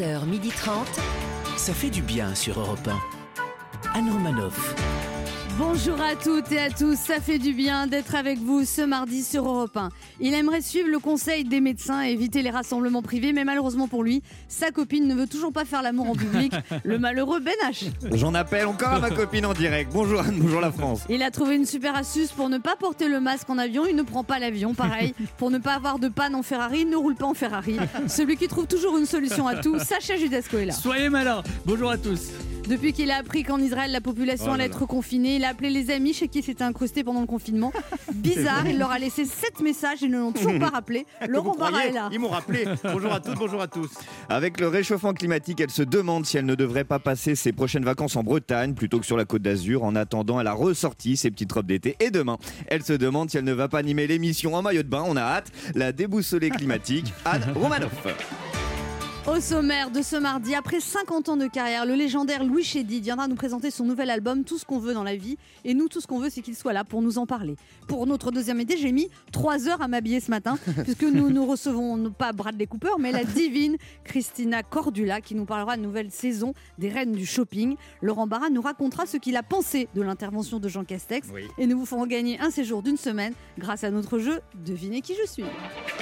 11h30. Ça fait du bien sur Europe 1. Anne Romanoff. Bonjour à toutes et à tous, ça fait du bien d'être avec vous ce mardi sur Europe 1. Il aimerait suivre le conseil des médecins et éviter les rassemblements privés, mais malheureusement pour lui, sa copine ne veut toujours pas faire l'amour en public, le malheureux Ben H. J'en appelle encore à ma copine en direct. Bonjour Anne, bonjour la France. Il a trouvé une super astuce pour ne pas porter le masque en avion, il ne prend pas l'avion, pareil. Pour ne pas avoir de panne en Ferrari, il ne roule pas en Ferrari. Celui qui trouve toujours une solution à tout, Sacha Judasco est là. Soyez malins, bonjour à tous. Depuis qu'il a appris qu'en Israël, la population allait être confinée, il a appelé les amis chez qui il s'était incrusté pendant le confinement. Bizarre, il leur a laissé 7 messages, ils ne l'ont toujours pas rappelé. Laurent Barra est là. Ils m'ont rappelé. Bonjour à toutes, bonjour à tous. Avec le réchauffement climatique, elle se demande si elle ne devrait pas passer ses prochaines vacances en Bretagne plutôt que sur la Côte d'Azur. En attendant, elle a ressorti ses petites robes d'été. Et demain, elle se demande si elle ne va pas animer l'émission en maillot de bain. On a hâte. La déboussolée climatique, Anne Romanoff. Au sommaire de ce mardi, après 50 ans de carrière, le légendaire Louis Chédid viendra nous présenter son nouvel album Tout ce qu'on veut dans la vie. Et nous, tout ce qu'on veut, c'est qu'il soit là pour nous en parler. Pour notre deuxième été, j'ai mis 3 heures à m'habiller ce matin, puisque nous ne recevons pas Bradley Cooper, mais la divine Christina Cordula, qui nous parlera de nouvelle saison des Reines du Shopping. Laurent Barra nous racontera ce qu'il a pensé de l'intervention de Jean Castex. Oui. Et nous vous ferons gagner un séjour d'1 semaine grâce à notre jeu Devinez qui je suis.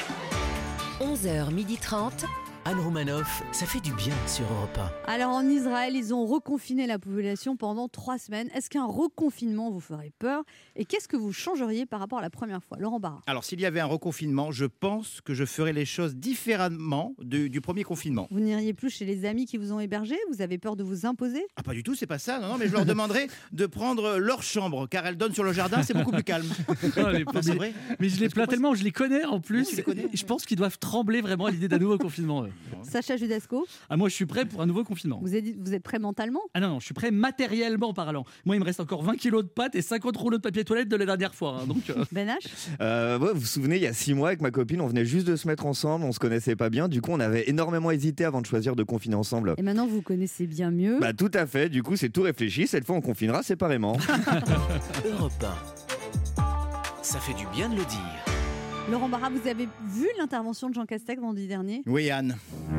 11h30. Anne Romanoff, ça fait du bien sur Europe 1. Alors en Israël, ils ont reconfiné la population pendant 3 semaines. Est-ce qu'un reconfinement vous ferait peur? Et qu'est-ce que vous changeriez par rapport à la première fois? Laurent Barra. Alors s'il y avait un reconfinement, je pense que je ferais les choses différemment du premier confinement. Vous n'iriez plus chez les amis qui vous ont hébergé? Vous avez peur de vous imposer? Ah pas du tout, c'est pas ça. Non, mais je leur demanderais de prendre leur chambre, car elle donne sur le jardin, c'est beaucoup plus calme. C'est vrai. Mais je les plains tellement, je les connais en plus. Tu les connais. Je pense qu'ils doivent trembler vraiment à l'idée d'un nouveau confinement. Sacha Judasco. Ah, moi je suis prêt pour un nouveau confinement. Vous êtes prêt mentalement? Ah non, je suis prêt matériellement parlant. Moi il me reste encore 20 kilos de pâtes et 50 rouleaux de papier toilette de la dernière fois. Ben H. Vous vous souvenez, il y a 6 mois avec ma copine, on venait juste de se mettre ensemble, on se connaissait pas bien. Du coup, on avait énormément hésité avant de choisir de confiner ensemble. Et maintenant vous vous connaissez bien mieux. Bah tout à fait, du coup c'est tout réfléchi. Cette fois on confinera séparément. Europe 1. Ça fait du bien de le dire. Laurent Barra, vous avez vu l'intervention de Jean Castex vendredi dernier? Oui, Anne.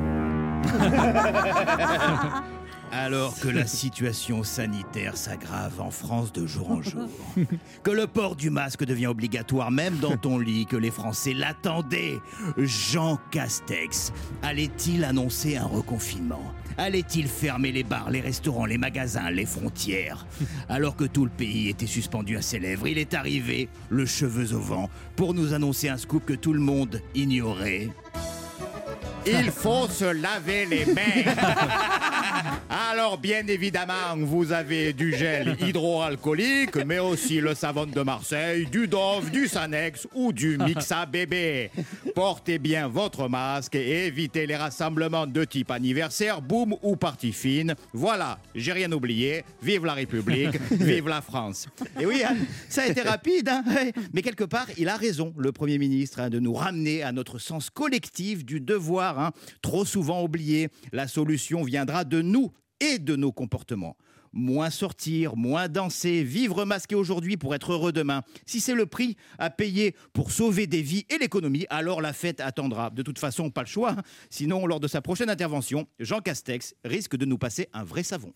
Alors que la situation sanitaire s'aggrave en France de jour en jour, que le port du masque devient obligatoire même dans ton lit, que les Français l'attendaient, Jean Castex allait-il annoncer un reconfinement? Allait-il fermer les bars, les restaurants, les magasins, les frontières? Alors que tout le pays était suspendu à ses lèvres, il est arrivé, le cheveu au vent, pour nous annoncer un scoop que tout le monde ignorait. Il faut se laver les mains. Alors bien évidemment, vous avez du gel hydroalcoolique, mais aussi le savon de Marseille, du Dove, du Sanex ou du Mixa bébé. Portez bien votre masque et évitez les rassemblements de type anniversaire, boum ou partie fine. Voilà, j'ai rien oublié. Vive la République, vive la France. Et oui, Anne, ça a été rapide, hein, mais quelque part, il a raison, le Premier ministre, de nous ramener à notre sens collectif du devoir. Trop souvent oublié, la solution viendra de nous et de nos comportements. Moins sortir, moins danser, vivre masqué aujourd'hui pour être heureux demain. Si c'est le prix à payer pour sauver des vies et l'économie, alors la fête attendra. De toute façon, pas le choix. Sinon, lors de sa prochaine intervention, Jean Castex risque de nous passer un vrai savon.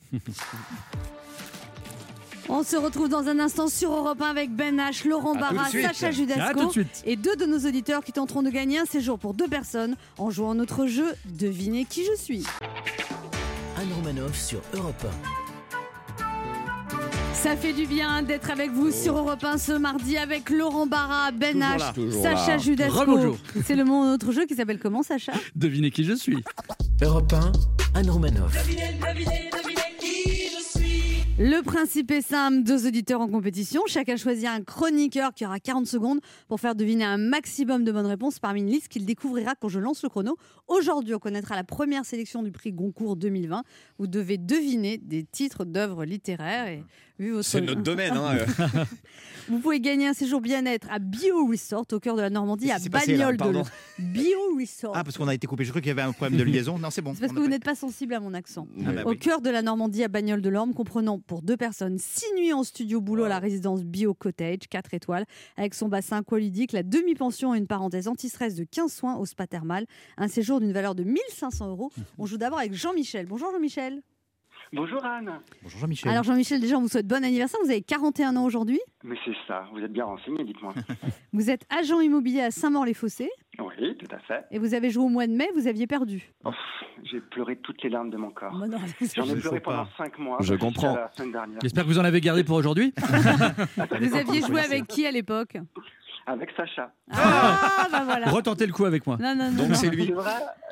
On se retrouve dans un instant sur Europe 1 avec Ben H, Laurent Barra, Sacha Judasco et 2 de nos auditeurs qui tenteront de gagner un séjour pour 2 personnes en jouant notre jeu Devinez qui je suis. Anne Romanoff sur Europe 1. Ça fait du bien d'être avec vous sur Europe 1 ce mardi avec Laurent Barra, Ben H, Sacha Judasco. C'est notre jeu qui s'appelle comment, Sacha? Devinez qui je suis. Europe 1, Anne Romanoff. Devinez qui je suis. Le principe est simple, 2 auditeurs en compétition. Chacun choisit un chroniqueur qui aura 40 secondes pour faire deviner un maximum de bonnes réponses parmi une liste qu'il découvrira quand je lance le chrono. Aujourd'hui, on connaîtra la première sélection du prix Goncourt 2020. Vous devez deviner des titres d'œuvres littéraires et vu votre... C'est notre domaine. Hein. Vous pouvez gagner un séjour bien-être à Bio Resort au cœur de la Normandie, à Qu'est-ce qui s'est passé, là, Bagnoles de pardon l'Orme. Bio Resort. Ah, parce qu'on a été coupé. Je crois qu'il y avait un problème de liaison. Non, c'est bon. C'est parce On que a vous pas- n'êtes pas sensible à mon accent. Ah bah Au oui. cœur de la Normandie, à Bagnoles de l'Orme, comprenant pour 2 personnes 6 nuits en studio boulot à la résidence Bio Cottage, 4 étoiles, avec son bassin aqualudique, la demi-pension et une parenthèse anti-stress de 15 soins au spa thermal. Un séjour d'une valeur de 1 500 €. On joue d'abord avec Jean-Michel. Bonjour Jean-Michel. Bonjour Anne. Bonjour Jean-Michel. Alors Jean-Michel, déjà on vous souhaite bon anniversaire. Vous avez 41 ans aujourd'hui. Mais c'est ça, vous êtes bien renseigné, dites-moi. Vous êtes agent immobilier à Saint-Maur-les-Fossés Oui, tout à fait. et vous avez joué au mois de mai, vous aviez perdu. Oh, j'ai pleuré toutes les larmes de mon corps. Bon, non, J'en ai Je pleuré sais pas. pendant 5 mois. Je comprends. jusqu'à La semaine dernière. J'espère que vous en avez gardé pour aujourd'hui. vous aviez joué avec qui à l'époque? Avec Sacha. Ah bah voilà. Retentez le coup avec moi. Non, non, non, Donc non. c'est lui. C'est vrai.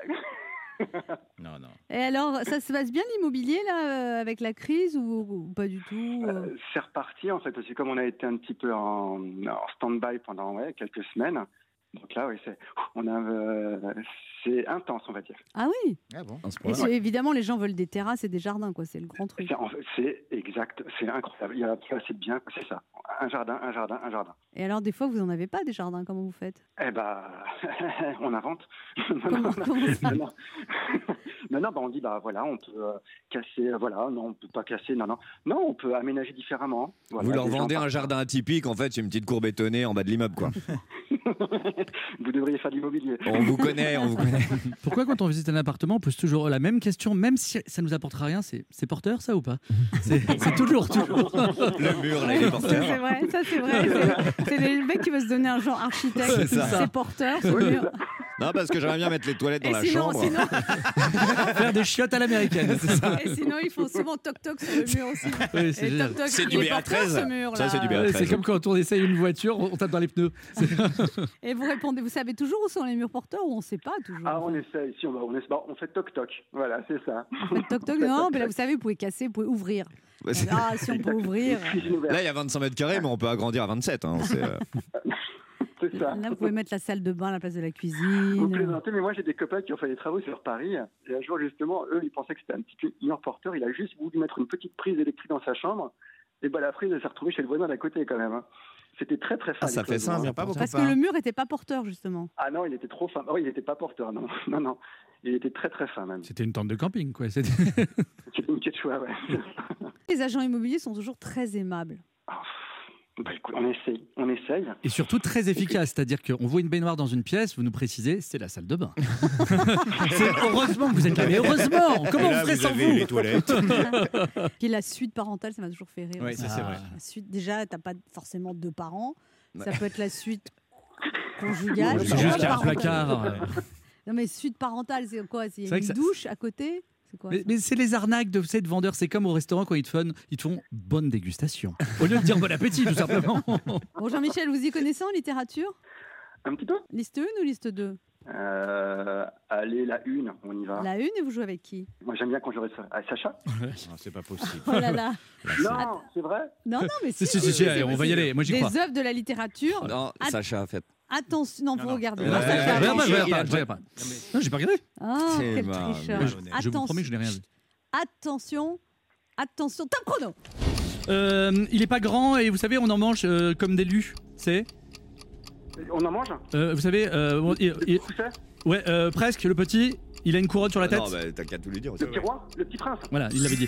Non, non. Et alors, ça se passe bien l'immobilier là avec la crise ou pas du tout C'est reparti en fait, parce que comme on a été un petit peu en stand-by pendant quelques semaines, donc là, oui, c'est intense, on va dire. Ah oui. Ah bon. Évidemment, les gens veulent des terrasses et des jardins, quoi. C'est le grand truc. C'est exact, c'est incroyable. Il y a assez bien, c'est ça. Un jardin, un jardin, un jardin. Et alors, des fois, vous en avez pas des jardins. Comment vous faites? Eh ben, on invente. Comment ça? Non, on dit, voilà, on peut casser, voilà, non, on peut pas casser, non, on peut aménager différemment. Voilà, Vous leur les gens vendez un partent. jardin atypique, en fait, c'est une petite cour bétonnée en bas de l'immeuble, quoi. Vous devriez faire de l'immobilier. On vous connaît, on vous connaît. Pourquoi quand on visite un appartement, on pose toujours la même question, même si ça nous apportera rien, c'est porteur ça ou pas? C'est toujours. Le mur, là, il est C'est porteur. vrai, ça c'est vrai. C'est les mecs qui veulent se donner un genre architecte. C'est ça. C'est porteur. ce mur. Non, parce que j'aimerais bien mettre les toilettes dans Et la sinon, chambre. Faire des chiottes à l'américaine, c'est ça. et sinon, ils font souvent toc-toc sur le mur aussi. Oui, c'est Et génial. toc-toc, C'est il du est porteur, BA13. ce mur, Ça, là. c'est du Ouais, BA13. c'est comme quand on essaye une voiture, on tape dans les pneus. Et vous répondez, vous savez toujours où sont les murs porteurs ou on ne sait pas toujours? Ah, on essaie, si on fait toc-toc. Voilà, c'est ça. Vous faites toc-toc? Non, mais là, vous savez, vous pouvez casser, vous pouvez ouvrir. Ouais, c'est- Ah, si on peut ouvrir. Cuisine ouverte, Là, il y a 25 mètres carrés, mais on peut agrandir à 27. Hein. c'est ça. Là, vous pouvez mettre la salle de bain à la place de la Vous cuisine. plaisantez, mais moi j'ai des copains qui ont fait des travaux sur Paris. Et un jour, justement, eux, ils pensaient que c'était un petit mur porteur. Il a juste voulu mettre une petite prise électrique dans sa chambre. Et la prise, elle s'est retrouvée chez le voisin d'à côté, quand même. Hein. C'était très, très fin. Ah, ça les fait choses, ça, hein. mais Pas beaucoup. Parce que le mur n'était pas porteur, justement. Ah non, il était trop fin. Oh, il n'était pas porteur, non. Non. Il était très, très fin, même. C'était une tente de camping, quoi. C'était une quechua, ouais. Les agents immobiliers sont toujours très aimables. Écoute, on essaye. Et surtout très efficace, c'est-à-dire qu'on voit une baignoire dans une pièce, vous nous précisez, c'est la salle de bain. Heureusement que vous êtes là, mais heureusement. Comment on ferait sans vous? les toilettes. Puis la suite parentale, ça m'a toujours fait rire. Oui, ça c'est vrai. La suite, déjà, t'as pas forcément 2 parents. Ouais. Ça peut être la suite conjugale. C'est juste qu'il y a un parentale. placard. Non, mais suite parentale, c'est quoi? Il y C'est a vrai une que ça- douche à côté? C'est quoi? Mais c'est les arnaques de ces vendeurs, c'est comme au restaurant quand ils te font bonne dégustation. Au lieu de dire bon appétit, tout simplement. Bon, Jean-Michel, vous y connaissez en littérature? Un petit peu. Liste 1 ou liste 2? Allez, la une, on y va. La 1 et vous jouez avec qui? Moi, j'aime bien quand je reste à Sacha. Non, c'est pas possible. Oh là là. Non, c'est vrai. Non, mais si. Si, allez, on va y aller, moi j'y crois. Des œuvres de la littérature. Non, Sacha a fait. Attention, non, vous regardez. Ouais, Non, ça fait ouais, avant. Je regarde pas. Non, j'ai pas regardé. Ah, C'est quel marrant. tricheur. Mais Je vous promets que je n'ai rien vu. Attention, top chrono. Il est pas grand et vous savez, on en mange comme des lus. C'est On en mange. vous savez, Pousset. ouais, presque, le petit, il a une couronne sur la tête. Non, bah, t'as qu'à tout lui dire. Le petit roi, le petit prince. Voilà, il l'avait dit.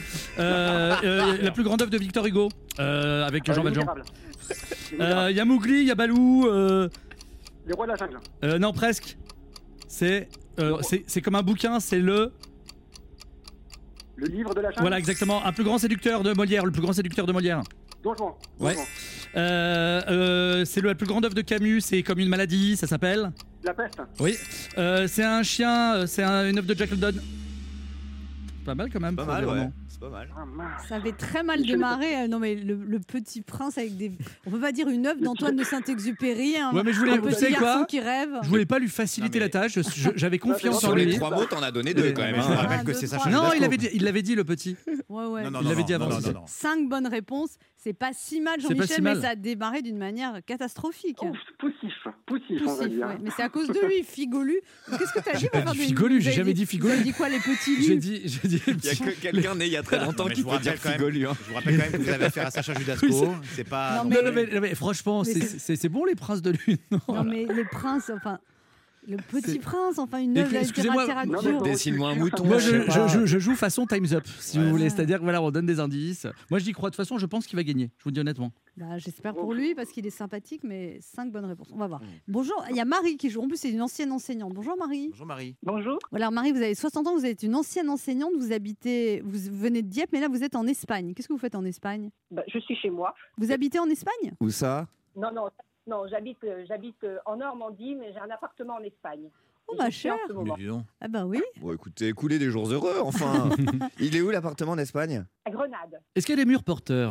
La plus grande œuvre de Victor Hugo, avec Jean Les Valjean. Misérables. Les Misérables. Il y a Mowgli, il y a Balou. Les rois de la jungle. Non, presque. C'est comme un bouquin, c'est le. Le livre de la jungle. Voilà, exactement. Un plus grand séducteur de Molière, le plus grand séducteur de Molière. Don Juan. Ouais. C'est la plus grande œuvre de Camus, c'est comme une maladie, ça s'appelle. La peste. Oui. C'est un chien, c'est une œuvre de Jack London. Pas mal quand même. Pas pour mal, des ouais. romans. C'est pas mal. Ah, mince. Ça avait très mal démarré. Non, mais le petit prince avec des. On peut pas dire une œuvre d'Antoine de Saint-Exupéry. Ouais, mais je voulais- un vous petit savez garçon quoi qui rêve. Je voulais pas lui faciliter Non, mais- la tâche, j'avais confiance Sur en Sur les lui. 3 mots, t'en as donné 2 quand même. Mais je hein. vous rappelle Un, que deux, c'est trois. Sacha Non, Judasco. il l'avait dit le petit. Ouais, ouais. Non, Il l'avait dit avant. non, non. 5 bonnes réponses. C'est pas si mal, C'est pas Jean-Michel, si mais mal. ça a démarré d'une manière catastrophique. Ouf, poussif, on va Poussif, dire. ouais. Mais c'est à cause de lui, Figolu. Qu'est-ce que t'as dit J'ai pas dit Figolu, j'ai jamais dit Figolu. J'ai dit quoi, les petits lus? J'ai dit. Il y a que quelqu'un né il y a très très longtemps Mais qu'il je vous peut dire rappelle quand même- frigo, lui. Hein. Je vous rappelle quand même que vous avez affaire à Sacha Judasco. C'est pas. Non, Non, mais franchement, Mais c'est bon les princes de lune. Non, mais les princes, enfin. Le petit C'est- prince, enfin une œuvre de la Excusez-moi, littérature. Dessine-moi un mouton. Moi, je sais pas. je joue façon Time's Up, si vous voulez. C'est-à-dire que voilà, on donne des indices. Moi, j'y crois. De toute façon, je pense qu'il va gagner. Je vous dis honnêtement. Bah, j'espère pour lui parce qu'il est sympathique, mais 5 bonnes réponses. On va voir. Bonjour, il y a Marie qui joue. En plus, c'est une ancienne enseignante. Bonjour Marie. Bonjour Marie. Bonjour. Alors Marie, vous avez 60 ans, vous êtes une ancienne enseignante, vous venez de Dieppe, mais là vous êtes en Espagne. Qu'est-ce que vous faites en Espagne? Bah, je suis chez moi. Vous habitez en Espagne? Où ça? Non, j'habite en Normandie, mais j'ai un appartement en Espagne. Oh Et ma j'y suis en chère. ce Mais moment. dis donc. Ah bah oui. Bon, écoutez, coulez des jours heureux, enfin. Il est où l'appartement en Espagne? À Grenade. Est-ce qu'il y a des murs porteurs?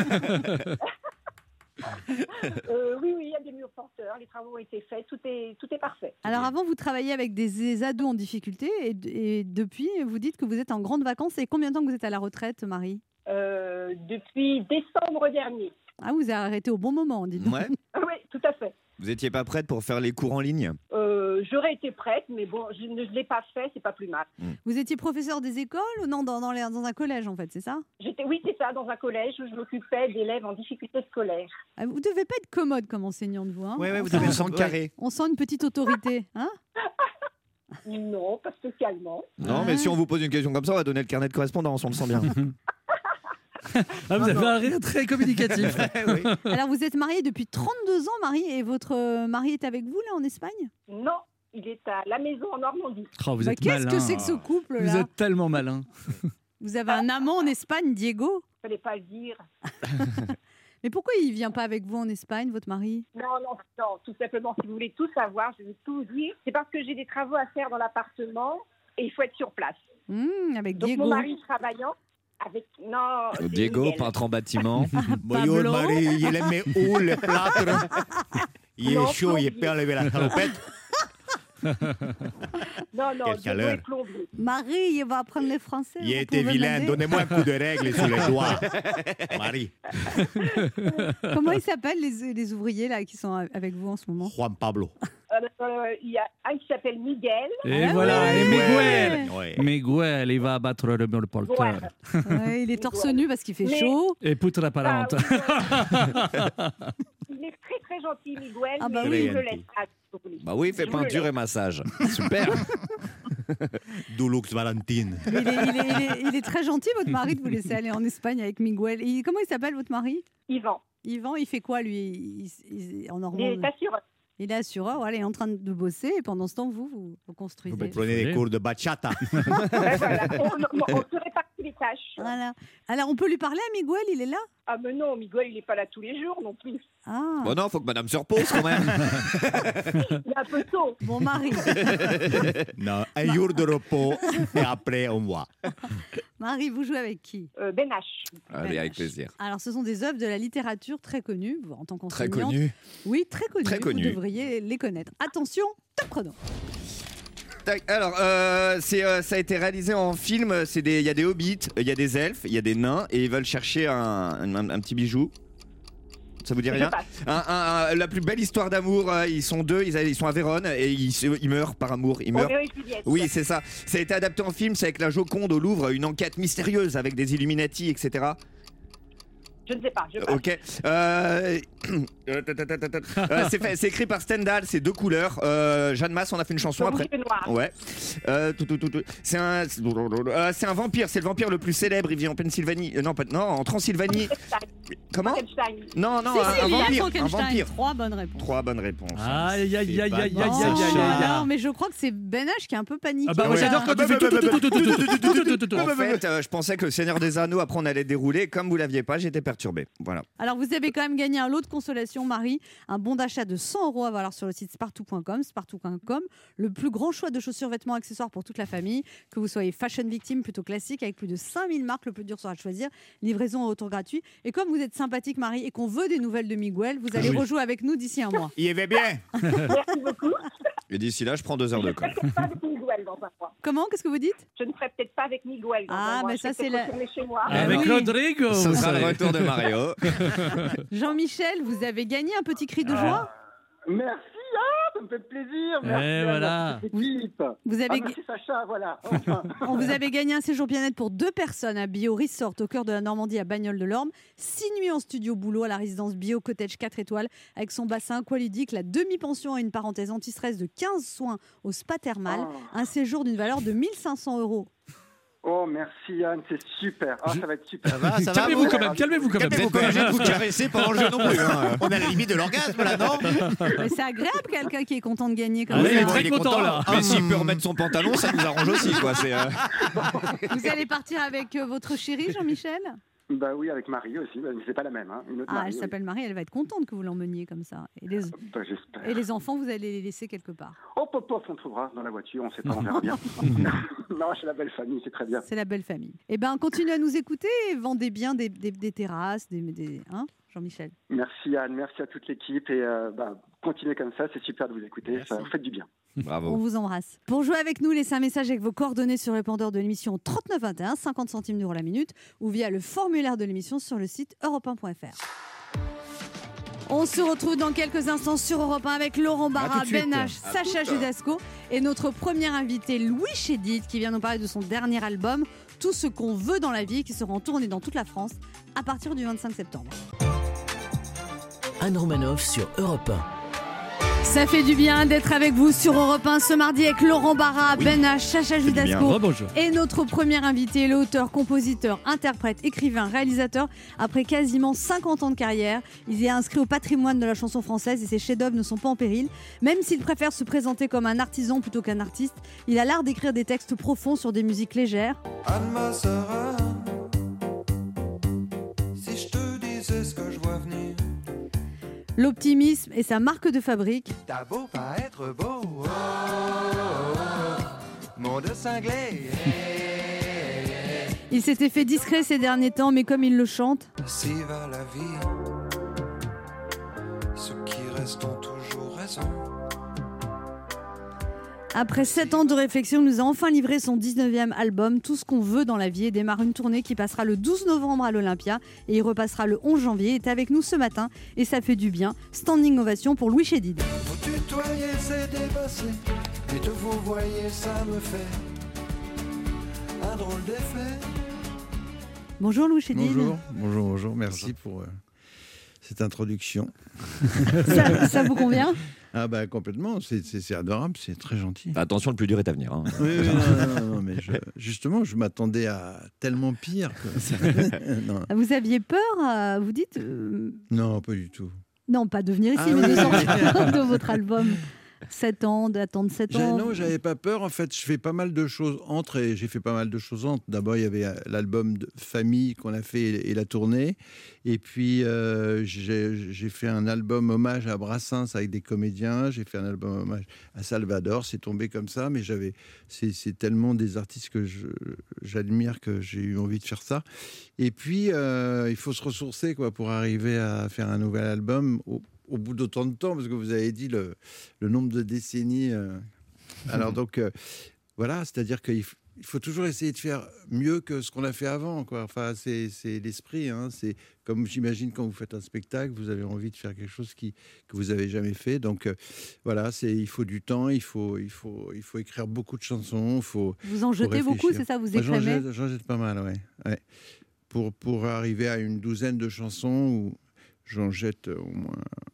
Oui, il y a des murs porteurs, les travaux ont été faits, tout est parfait. Alors avant, vous travailliez avec des ados en difficulté et depuis, vous dites que vous êtes en grande vacances. Et combien de temps que vous êtes à la retraite, Marie? Depuis décembre dernier. Ah, vous avez arrêté au bon moment, dites donc. Ouais. Oui, tout à fait. Vous étiez pas prête pour faire les cours en ligne? J'aurais été prête, mais bon, je ne l'ai pas fait, c'est pas plus mal. Vous étiez professeur des écoles ou non dans un collège en fait, c'est ça? Oui, c'est ça, dans un collège où je m'occupais d'élèves en difficulté scolaire. Ah, vous devez pas être commode comme enseignante, vous. Hein? Ouais, vous on, avez On sent, sent carré. on sent une petite autorité. Hein? Non, pas spécialement. Non, mais si on vous pose une question comme ça, on va donner le carnet de correspondance, on le sent bien. Ah, vous avez un rire très communicatif. Oui. Alors vous êtes mariée depuis 32 ans, Marie, et votre mari est avec vous là en Espagne? Non, il est à la maison en Normandie. Oh, vous Bah, êtes qu'est-ce malin. que c'est que ce couple Vous là? êtes tellement malin. Vous avez un amant en Espagne, Diego? Fallait pas le dire. Mais pourquoi il vient pas avec vous en Espagne, votre mari? Non, tout simplement, si vous voulez tout savoir, je vais tout vous dire. C'est parce que j'ai des travaux à faire dans l'appartement et il faut être sur place. Avec Donc Diego. mon mari travaillant avec... Non, c'est Diego, Miguel. peintre en bâtiment. Bonjour Pablo. Marie, il aimait où le plâtre? Il Non, est chaud, il peut enlever la salopette. Non, Quelle Diego chaleur. est plombier. Marie, il va apprendre les Français. Il vous était pouvez vilain, m'aider? donnez-moi un coup de règle sur les doigts. Marie, Comment ils s'appellent les ouvriers là qui sont avec vous en ce moment? Juan Pablo. Il y a un qui s'appelle Miguel. Et Ah voilà, ouais. et Miguel. Ouais. Miguel, il va abattre le mur porteur. Voilà. Ouais, il est torse nu parce qu'il fait Mais- chaud. Et poutre Ah, apparente. il est très très gentil, Miguel, Ah bah mais oui. je le laisse pas, si vous voulez. Bah oui, il fait Je me peinture laisse. et massage. Super. Dulux Valentine. Il est très gentil, votre mari, de vous laisser aller en Espagne avec Miguel. Comment il s'appelle, votre mari? Yvan, Yvan, il fait quoi, lui? En il Normandie. est assureur. Il est assureur, voilà, il est en train de bosser et pendant ce temps, vous construisez. Vous prenez des cours de bachata. Ouais, voilà. On se répartit les tâches. Voilà. Alors, on peut lui parler à Miguel, il est là? Ah mais non, Miguel, il n'est pas là tous les jours non plus. Ah, Bon, non, faut que madame se repose quand même. Il est un peu tôt. bon mari. Non, un jour de repos et après on voit. Marie, vous jouez avec qui? Ben H. Allez, avec plaisir. Alors, ce sont des œuvres de la littérature très connues, en tant Très qu'enseignante. connu. Oui, très connues. Très connues. Vous devriez les connaître. Attention, top chrono. Tac, alors, ça a été réalisé en film. Il y a des hobbits, il y a des elfes, il y a des nains et ils veulent chercher un petit bijou. Ça vous dit rien? La plus belle histoire d'amour. Ils sont deux, ils sont à Vérone et ils meurent par amour. Ils meurent. Roméo et Juliette. Oui, c'est ça. Ça a été adapté en film. C'est avec la Joconde au Louvre, une enquête mystérieuse avec des Illuminati, etc. Je ne sais pas, je passe. Ok. C'est écrit par Stendhal, c'est 2 couleurs. Jeanne Masse en a fait une chanson Le après. rouge et le noir. Ouais. C'est un vampire, c'est le vampire le plus célèbre. Il vit en Pennsylvanie. Non, en Transylvanie. Comment? Frankenstein. Non, Si, si, un il y a vampire. Un Frankenstein. vampire. 3 bonnes réponses. 3 bonnes réponses. Aïe, aïe, aïe, aïe, aïe, C'est aïe, pas aïe, mal. aïe, aïe. Non, mais je crois que c'est Ben H qui est un peu paniqué. Ah bah, moi Ouais. j'adore quand tu fais tout. En fait, je pensais que le Seigneur des Anneaux, après on allait dérouler. Comme vous l'aviez pas, j'étais perturbé. Voilà. Alors, vous avez quand même gagné un lot de consolation, Marie. Un bon d'achat de 100 € à valoir sur le site spartou.com. Spartou.com, le plus grand choix de chaussures, vêtements, accessoires pour toute la famille. Que vous soyez fashion victime, plutôt classique, avec plus de 5000 marques, le plus dur sera de choisir. Livraison au retour gratuit. Et comme vous êtes sympathique, Marie, et qu'on veut des nouvelles de Miguel, vous allez Oui. rejouer avec nous d'ici un mois. Il y avait bien. Merci beaucoup. Et d'ici là, je prends 2 heures de Je colle. ne ferai peut-être pas avec Miguel dans un mois. Comment? Qu'est-ce que vous dites? Je ne ferai peut-être pas avec Miguel dans Ah, un mois. mais Je ça, vais c'est peut-être la- retourner chez moi. Avec oui. Rodrigo. Ce vous sera le savez. retour de Mario. Jean-Michel, vous avez gagné un petit cri de joie? Merci. Ah, ça me fait plaisir. Et voilà. Vous avez, merci Sacha, voilà. Enfin. vous avez gagné un séjour bien-être pour 2 personnes à Bio Resort au cœur de la Normandie à Bagnoles-de-l'Orme. 6 nuits en studio boulot à la résidence Bio Cottage 4 étoiles avec son bassin aqualudique, la demi-pension et une parenthèse anti-stress de 15 soins au spa thermal. Un séjour d'une valeur de 1 500 €. Oh, merci Yann, c'est super. Ah, ça va être super. Ça va, Calmez-vous quand même, calmez-vous quand même. Vous n'êtes pas obligé de vous caresser pendant le jeu non plus. Hein. On a la limite de l'orgasme là, non? Mais c'est agréable quelqu'un qui est content de gagner comme Ah oui, ça. il est très content là. Mais s'il peut remettre son pantalon, ça nous arrange aussi. Quoi. Vous allez partir avec votre chérie Jean-Michel? Bah oui, avec Marie aussi, mais c'est pas la même. Hein. Une autre Ah, Marie, elle s'appelle Marie, elle va être contente que vous l'emmeniez comme ça. Et les, Bah, j'espère. et les enfants, vous allez les laisser quelque part. Oh, pop, on trouvera dans la voiture, on sait pas, on verra bien. Non, c'est la belle famille, c'est très bien. C'est la belle famille. Eh bien, continuez à nous écouter et vendez bien des terrasses, hein, Jean-Michel? Merci Anne, merci à toute l'équipe et continuez comme ça, c'est super de vous écouter, ça vous fait du bien. Bravo. On vous embrasse. Pour jouer avec nous, laissez un message avec vos coordonnées sur le répondeur de l'émission 3921, 50 centimes d'euros la minute, ou via le formulaire de l'émission sur le site europe1.fr. On se retrouve dans quelques instants sur Europe 1 avec Laurent Barra, Ben H, Sacha Judasco et notre premier invité Louis Chédid qui vient nous parler de son dernier album Tout ce qu'on veut dans la vie qui sera en tournée dans toute la France à partir du 25 septembre. Anne Romanoff sur Europe 1. Ça fait du bien d'être avec vous sur Europe 1 ce mardi avec Laurent Barra, Ben H, Sacha Judasco Bonjour. et notre premier invité, l'auteur, compositeur, interprète, écrivain, réalisateur. Après quasiment 50 ans de carrière, il est inscrit au patrimoine de la chanson française et ses chefs-d'œuvre ne sont pas en péril. Même s'il préfère se présenter comme un artisan plutôt qu'un artiste, il a l'art d'écrire des textes profonds sur des musiques légères. Anne, ma sœur, si je te disais ce que je vois venir. L'optimisme est sa marque de fabrique. T'as beau pas être beau, oh, oh, oh, monde cinglé. Il s'était fait discret ces derniers temps, mais comme il le chante, Si va la vie, ceux qui restent ont toujours raison. après 7 ans de réflexion, il nous a enfin livré son 19e album, Tout ce qu'on veut dans la vie, et démarre une tournée qui passera le 12 novembre à l'Olympia et il repassera le 11 janvier. Il est avec nous ce matin et ça fait du bien. Standing ovation pour Louis Chédid. Vous tutoyer, c'est dépassé, mais te vous voyez, ça me fait un drôle d'effet. Bonjour Louis Chédid. Bonjour, merci pour cette introduction. Ça vous convient? Ah bah complètement, c'est adorable, c'est très gentil. Attention, le plus dur est à venir. Hein. Oui, non, mais justement, je m'attendais à tellement pire. Non. Vous aviez peur, vous dites Non, pas du tout. Non, pas de venir ici, Ah mais oui. de sortir de votre album. 7 ans, d'attendre 7 ans. Non, j'avais pas peur. En fait, je fais pas mal de choses entre et j'ai fait pas mal de choses entre. D'abord, il y avait l'album de Famille qu'on a fait et la tournée. Et puis, j'ai fait un album hommage à Brassens avec des comédiens. J'ai fait un album hommage à Salvador. C'est tombé comme ça, mais c'est tellement des artistes que j'admire que j'ai eu envie de faire ça. Et puis, il faut se ressourcer quoi, pour arriver à faire un nouvel album au bout d'autant de temps, parce que vous avez dit le nombre de décennies. Alors donc, voilà, c'est-à-dire qu'il faut toujours essayer de faire mieux que ce qu'on a fait avant, quoi. Enfin, c'est l'esprit. Hein. C'est comme j'imagine quand vous faites un spectacle, vous avez envie de faire quelque chose que vous n'avez jamais fait. Donc voilà, il faut du temps, il faut écrire beaucoup de chansons. Vous en jetez beaucoup, c'est ça? Vous écrémez? J'en jette pas mal, ouais. Pour arriver à une douzaine de chansons où j'en jette au moins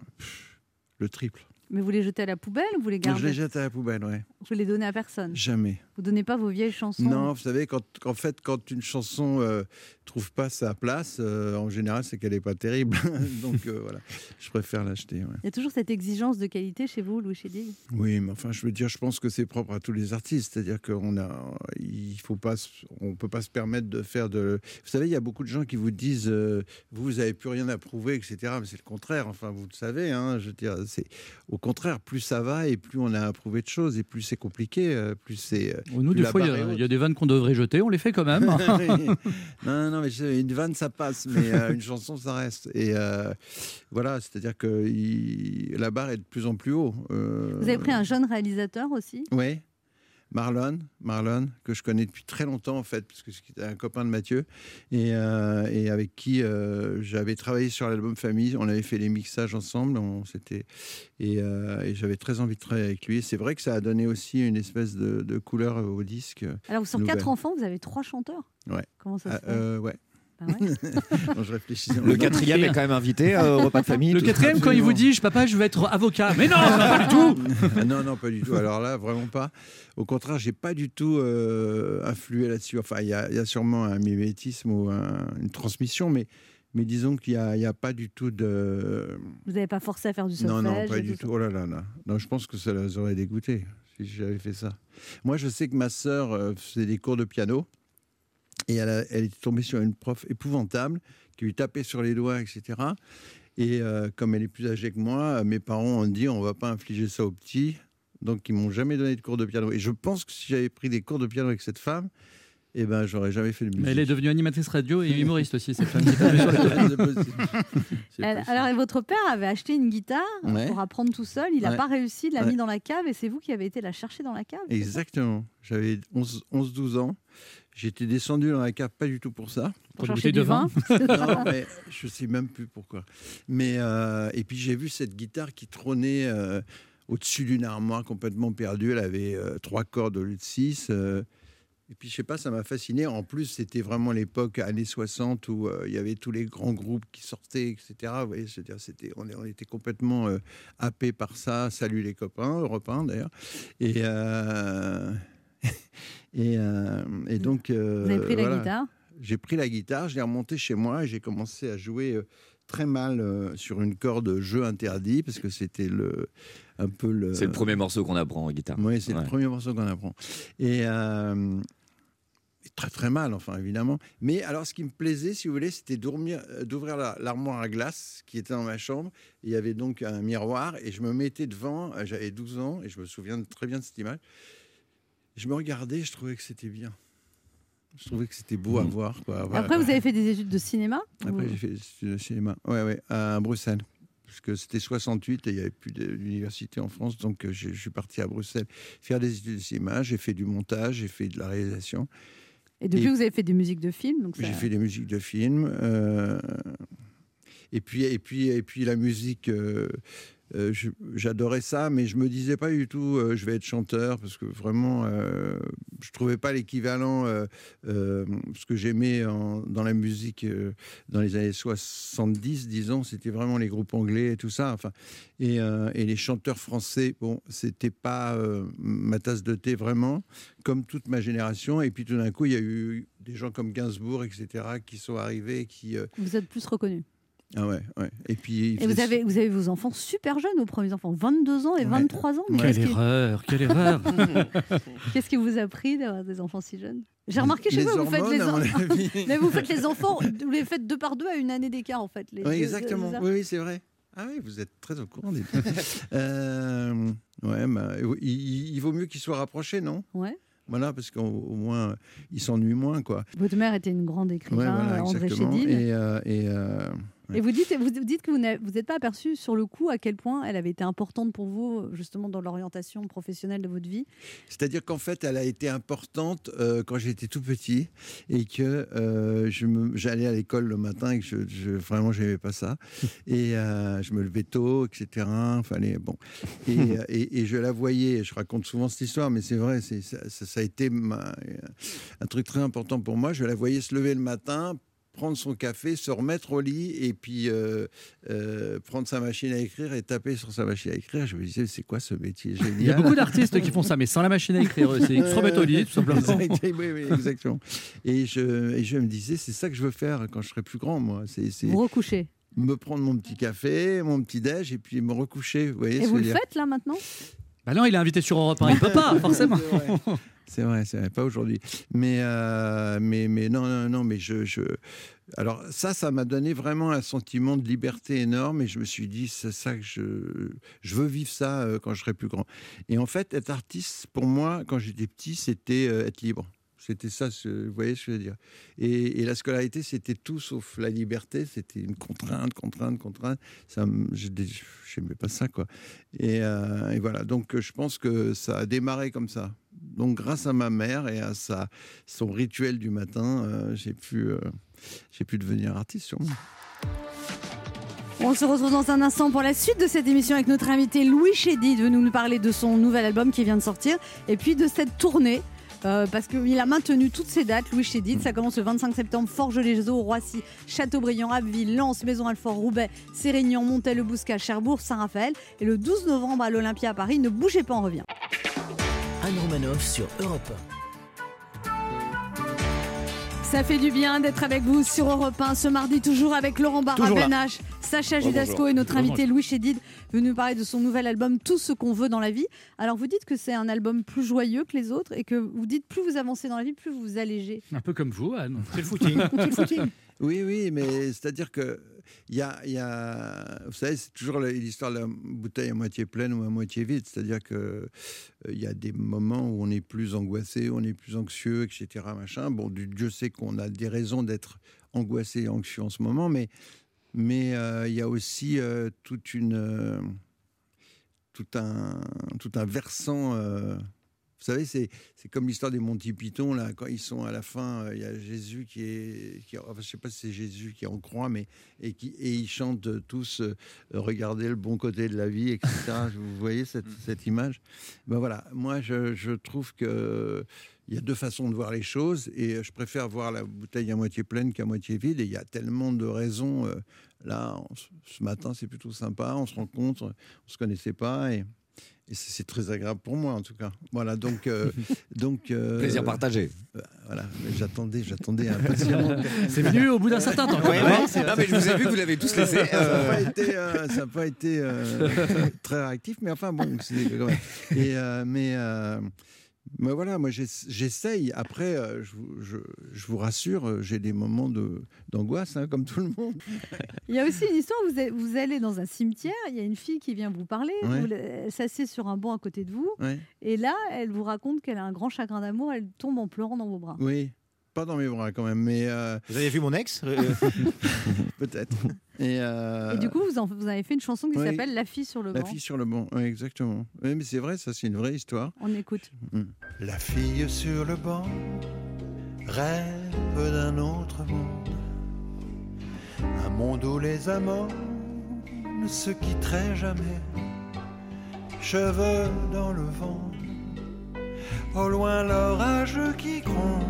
le triple. Mais vous les jetez à la poubelle ou vous les gardez? Je les jette à la poubelle, ouais. Vous les donnez à personne? Jamais. Vous donnez pas vos vieilles chansons? Non, vous savez, quand une chanson trouve pas sa place, en général, c'est qu'elle n'est pas terrible. Donc voilà, je préfère l'acheter. Ouais. Il y a toujours cette exigence de qualité chez vous, Louis Chédid? Oui, mais enfin, je veux dire, je pense que c'est propre à tous les artistes. C'est-à-dire on peut pas se permettre de faire de. Vous savez, il y a beaucoup de gens qui vous disent, vous avez plus rien à prouver, etc. Mais c'est le contraire. Enfin, vous le savez. Hein, je veux dire, c'est au contraire, plus ça va et plus on a à prouver de choses et plus c'est compliqué, plus c'est. Nous, des fois, il y a des vannes qu'on devrait jeter, on les fait quand même. non, mais une vanne, ça passe, mais une chanson, ça reste. Et voilà, c'est-à-dire que la barre est de plus en plus haut. Vous avez pris un jeune réalisateur aussi? Oui. Marlon, que je connais depuis très longtemps en fait, parce que c'était un copain de Mathieu, et avec qui j'avais travaillé sur l'album Famille. On avait fait les mixages ensemble, et j'avais très envie de travailler avec lui. C'est vrai que ça a donné aussi une espèce de couleur au disque. Alors, sur 4 enfants, vous avez 3 chanteurs. Ouais. Comment ça se fait Ouais. Bah ouais. Non, je réfléchissais. Le 4e est quand même invité au repas de famille. Le 4e, quand il vous dit papa, je veux être avocat. Mais non, pas du tout. Non, pas du tout. Alors là, vraiment pas. Au contraire, j'ai pas du tout influé là-dessus. Enfin, il y a sûrement un mimétisme ou une transmission, mais disons qu'il y a pas du tout de. Vous n'avez pas forcé à faire du solfège? Non, pas du tout. Oh là. Non, je pense que ça les aurait dégoûtés si j'avais fait ça. Moi, je sais que ma sœur faisait des cours de piano. Et elle était tombée sur une prof épouvantable qui lui tapait sur les doigts, etc. Et comme elle est plus âgée que moi, mes parents ont dit on ne va pas infliger ça aux petits. Donc, ils ne m'ont jamais donné de cours de piano. Et je pense que si j'avais pris des cours de piano avec cette femme, eh ben, j'aurais jamais fait de musique. Mais elle est devenue animatrice radio et humoriste aussi, cette femme qui tapait sur les doigts. Alors, votre père avait acheté une guitare pour apprendre tout seul. Il n'a pas réussi, il l'a mis dans la cave et c'est vous qui avez été la chercher dans la cave. Exactement. J'avais 11-12 ans. J'étais descendu dans la cave, pas du tout pour ça. Pour chercher du vin. Non, mais je ne sais même plus pourquoi. Mais, et puis j'ai vu cette guitare qui trônait au-dessus d'une armoire complètement perdue. Elle avait 3 cordes au lieu de 6. Et puis je sais pas, ça m'a fasciné. En plus, c'était vraiment l'époque années 60 où il y avait tous les grands groupes qui sortaient, etc. Vous voyez, on était complètement happés par ça. Salut les copains, Europe 1 d'ailleurs. Et donc, vous avez pris la guitare? J'ai pris la guitare, je l'ai remontée chez moi et j'ai commencé à jouer très mal sur une corde jeu interdit parce que c'était un peu le. C'est le premier morceau qu'on apprend en guitare. Oui, c'est le premier morceau qu'on apprend. Et très très mal, enfin évidemment. Mais alors, ce qui me plaisait, si vous voulez, c'était d'ouvrir l'armoire à glace qui était dans ma chambre. Il y avait donc un miroir et je me mettais devant. J'avais 12 ans et je me souviens très bien de cette image. Je me regardais, je trouvais que c'était bien. Je trouvais que c'était beau à voir. Quoi. Voilà. Après, vous avez fait des études de cinéma? Après, j'ai fait des études de cinéma, ouais, à Bruxelles. Parce que c'était 68 et il n'y avait plus d'université en France. Donc, je suis parti à Bruxelles faire des études de cinéma. J'ai fait du montage, j'ai fait de la réalisation. Et depuis, vous avez fait des musiques de films? J'ai fait des musiques de films. Et puis la musique... j'adorais ça, mais je me disais pas du tout je vais être chanteur parce que vraiment je trouvais pas l'équivalent ce que j'aimais dans la musique dans les années 70, disons, c'était vraiment les groupes anglais et tout ça, enfin, et les chanteurs français, bon, c'était pas ma tasse de thé vraiment, comme toute ma génération. Et puis tout d'un coup il y a eu des gens comme Gainsbourg, etc., qui sont arrivés, qui vous êtes plus reconnus. Ah ouais. Et puis vous avez vos enfants super jeunes, vos premiers enfants, 22 ans et 23 ans. Quelle erreur. Qu'est-ce qui vous a pris d'avoir des enfants si jeunes? J'ai remarqué chez vous, vous faites les enfants, vous les faites 2 par 2 à une année d'écart en fait. Oui, exactement. Oui, c'est vrai. Ah oui, vous êtes très au courant des il vaut mieux qu'ils soient rapprochés, non? Ouais. Voilà, parce qu'au moins, ils s'ennuient moins, quoi. Votre mère était une grande écrivain, André Chédid. Et vous dites que vous n'êtes pas aperçu sur le coup à quel point elle avait été importante pour vous, justement, dans l'orientation professionnelle de votre vie. C'est-à-dire qu'en fait, elle a été importante quand j'étais tout petit et que j'allais à l'école le matin et que vraiment, je n'aimais pas ça. Et je me levais tôt, etc. Fallait, bon. Et je la voyais, je raconte souvent cette histoire, mais c'est vrai, ça a été un truc très important pour moi. Je la voyais se lever le matin, prendre son café, se remettre au lit et puis prendre sa machine à écrire et taper sur sa machine à écrire. Je me disais, c'est quoi ce métier génial? Il y a beaucoup d'artistes qui font ça, mais sans la machine à écrire aussi. Ils se remettent au lit, tout simplement. Oui, exactement. Et je me disais, c'est ça que je veux faire quand je serai plus grand, moi. Vous recoucher? Me prendre mon petit café, mon petit déj et puis me recoucher. Vous voyez, et vous le faites là maintenant? Bah non, il est invité sur Europe 1, il ne peut pas, forcément. C'est vrai, pas aujourd'hui. Mais non, mais alors ça m'a donné vraiment un sentiment de liberté énorme et je me suis dit, c'est ça que je veux vivre ça quand je serai plus grand. Et en fait, être artiste, pour moi, quand j'étais petit, c'était être libre. C'était ça, vous voyez ce que je veux dire. Et la scolarité, c'était tout sauf la liberté. C'était une contrainte. Ça, je n'aimais pas ça, quoi. Et voilà. Donc, je pense que ça a démarré comme ça. Donc grâce à ma mère et à son rituel du matin, j'ai pu devenir artiste sûrement. On se retrouve dans un instant pour la suite de cette émission avec notre invité Louis Chédid, venu nous parler de son nouvel album qui vient de sortir et puis de cette tournée. Parce qu'il a maintenu toutes ses dates, Louis Chédid. Ça commence le 25 septembre, Forges-les-Eaux, Roissy, Châteaubriand, Abbeville, Lens, Maison-Alfort, Roubaix, Sérignan, Montet-le-Bouscat, Cherbourg, Saint-Raphaël. Et le 12 novembre à l'Olympia à Paris. Ne bougez pas, on revient. Anne Romanoff sur Europe 1. Ça fait du bien d'être avec vous sur Europe 1 ce mardi, toujours avec Laurent Barra-Benache, Sacha Judasco et notre invité Louis Chédid, venu nous parler de son nouvel album Tout ce qu'on veut dans la vie. Alors vous dites que c'est un album plus joyeux que les autres et que vous dites plus vous avancez dans la vie, plus vous vous allégez. Un peu comme vous, Anne. C'est le footing. C'est le footing. Oui, mais c'est-à-dire que il y a, vous savez, c'est toujours l'histoire de la bouteille à moitié pleine ou à moitié vide. C'est-à-dire que il y a des moments où on est plus angoissé, on est plus anxieux, etc. Machin. Bon, Dieu sait qu'on a des raisons d'être angoissé et anxieux en ce moment, mais il y a aussi tout un versant. Vous savez, c'est comme l'histoire des Monty Python, là, quand ils sont à la fin, il y a Jésus qui enfin, je ne sais pas si c'est Jésus qui est en croix, mais et ils chantent tous regardez le bon côté de la vie, etc. Vous voyez cette image? Ben voilà, moi je trouve que il y a deux façons de voir les choses et je préfère voir la bouteille à moitié pleine qu'à moitié vide. Et il y a tellement de raisons. Là, ce matin, c'est plutôt sympa. On se rencontre, on se connaissait pas et c'est très agréable pour moi en tout cas. Voilà, donc plaisir partagé. Voilà, j'attendais impatiemment. C'est venu au bout d'un certain temps. Ouais, non, mais je vous ai vu que vous l'avez tous laissé. Ça n'a pas été très réactif, mais enfin bon, c'est quand même. Mais voilà, moi j'essaye. Après, je vous rassure, j'ai des moments d'angoisse, hein, comme tout le monde. Il y a aussi une histoire, vous allez dans un cimetière, il y a une fille qui vient vous parler, elle s'assied sur un banc à côté de vous, et là, elle vous raconte qu'elle a un grand chagrin d'amour, elle tombe en pleurant dans vos bras. Oui, pas dans mes bras quand même, mais... Vous avez vu mon ex? Peut-être. Et du coup, vous avez fait une chanson qui s'appelle La fille sur le banc. La fille sur le banc, oui, exactement. Oui, mais c'est vrai, ça c'est une vraie histoire. On écoute. La fille sur le banc rêve d'un autre monde, un monde où les amants ne se quitteraient jamais, cheveux dans le vent, au loin l'orage qui gronde,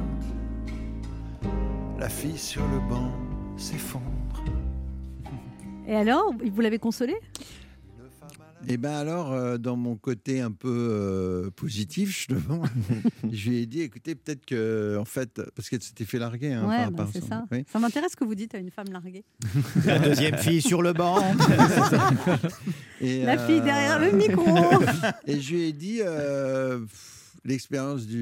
la fille sur le banc s'effondre. Et alors, vous l'avez consolée? Et bien alors, dans mon côté un peu positif, justement, je lui ai dit, écoutez, peut-être que, en fait, parce qu'elle s'était fait larguer. Hein, ouais, c'est ça. Oui. Ça m'intéresse ce que vous dites à une femme larguée. La deuxième fille sur le banc. La fille derrière le micro. Et je lui ai dit, l'expérience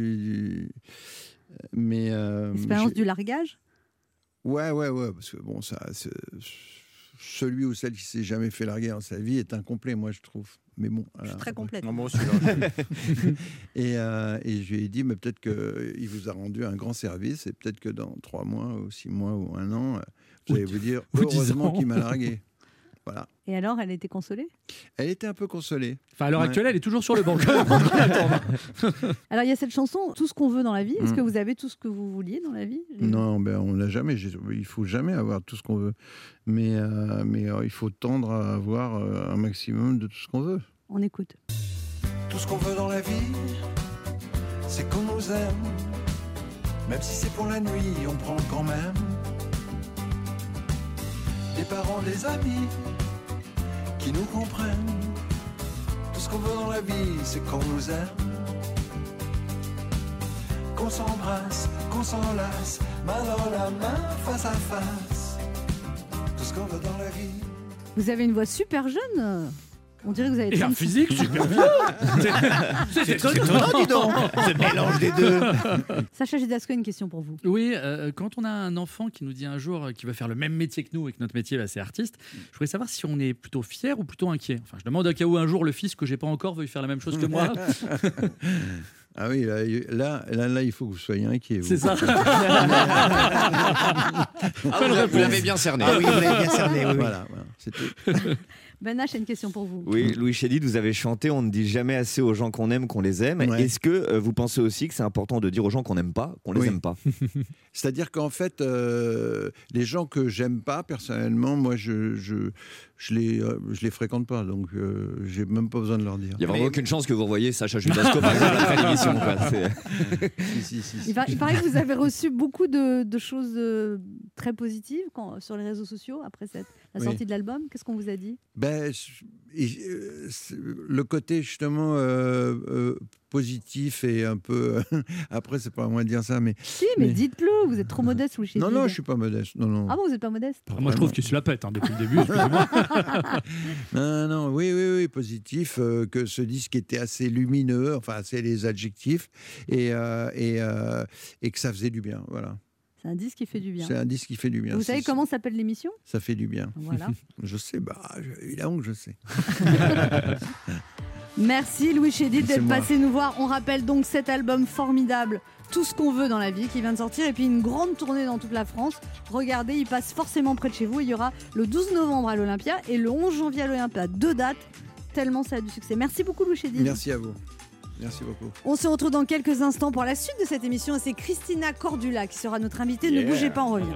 l'expérience du largage. Ouais, parce que bon, celui ou celle qui s'est jamais fait larguer dans sa vie est incomplet, moi je trouve. Mais bon, je suis très complète. Moi aussi. Et je lui ai dit, mais peut-être qu'il vous a rendu un grand service et peut-être que dans 3 mois ou 6 mois ou 1 an, vous allez vous dire heureusement qu'il m'a largué. Voilà. Et alors, elle était consolée? Elle était un peu consolée. Enfin, à l'heure actuelle, elle est toujours sur le banc. Alors, il y a cette chanson, Tout ce qu'on veut dans la vie. Est-ce que vous avez tout ce que vous vouliez dans la vie? Non, on n'a jamais. Il faut jamais avoir tout ce qu'on veut. Mais il faut tendre à avoir un maximum de tout ce qu'on veut. On écoute. Tout ce qu'on veut dans la vie, c'est qu'on nous aime. Même si c'est pour la nuit, on prend quand même. Des parents, des amis qui nous comprennent. Tout ce qu'on veut dans la vie, c'est qu'on nous aime. Qu'on s'embrasse, qu'on s'enlace, main dans la main, face à face. Tout ce qu'on veut dans la vie. Vous avez une voix super jeune. On dirait que vous avez... Et un physique super bien. C'est étonnant, dis donc. Ce mélange des deux. Sacha Judasco, une question pour vous. Oui, quand on a un enfant qui nous dit un jour qu'il va faire le même métier que nous et que notre métier, c'est artiste, je voudrais savoir si on est plutôt fier ou plutôt inquiet. Enfin, je demande au cas où un jour le fils que j'ai pas encore veuille faire la même chose que moi. Ah oui, là, il faut que vous soyez inquiet. C'est ça. Vous l'avez bien cerné. Ah oui, vous l'avez bien cerné. Oui. Voilà, c'était... Ben H, j'ai une question pour vous. Oui, Louis Chédid, vous avez chanté « On ne dit jamais assez aux gens qu'on aime, qu'on les aime Ouais. ». Est-ce que vous pensez aussi que c'est important de dire aux gens qu'on n'aime pas, qu'on les aime pas? C'est-à-dire qu'en fait, les gens que j'aime pas, personnellement, moi, je les fréquente pas. Donc, j'ai même pas besoin de leur dire. Il n'y a vraiment aucune chance que vous revoyez Sacha Judasco, par exemple, après l'émission. Si. Il paraît que vous avez reçu beaucoup de choses très positives sur les réseaux sociaux après la sortie de l'album. Qu'est-ce qu'on vous a dit? Le côté justement positif et un peu... Après, c'est pas à moi de dire ça, mais... Si, mais dites-le, vous êtes trop modeste, Louis Chédid. Non, je suis pas modeste. Non. Ah bon, vous n'êtes pas modeste? Moi, je trouve qu'il se la pète depuis le début. Excusez-moi. Non, oui, positif, que ce disque était assez lumineux, enfin, c'est les adjectifs, et que ça faisait du bien, voilà. C'est un disque qui fait du bien. C'est un disque qui fait du bien. Vous savez comment s'appelle l'émission? Ça fait du bien. Voilà. Je sais, évidemment que je sais. Merci Louis Chédid C'est d'être moi. passé nous voir. On rappelle donc cet album formidable, Tout ce qu'on veut dans la vie, qui vient de sortir, et puis une grande tournée dans toute la France. Regardez, il passe forcément près de chez vous. Il y aura le 12 novembre à l'Olympia et le 11 janvier à l'Olympia. 2 dates, tellement ça a du succès. Merci beaucoup Louis Chédid. Merci à vous. Merci beaucoup. On se retrouve dans quelques instants pour la suite de cette émission et c'est Christina Cordula qui sera notre invitée. Ne bougez pas, on revient.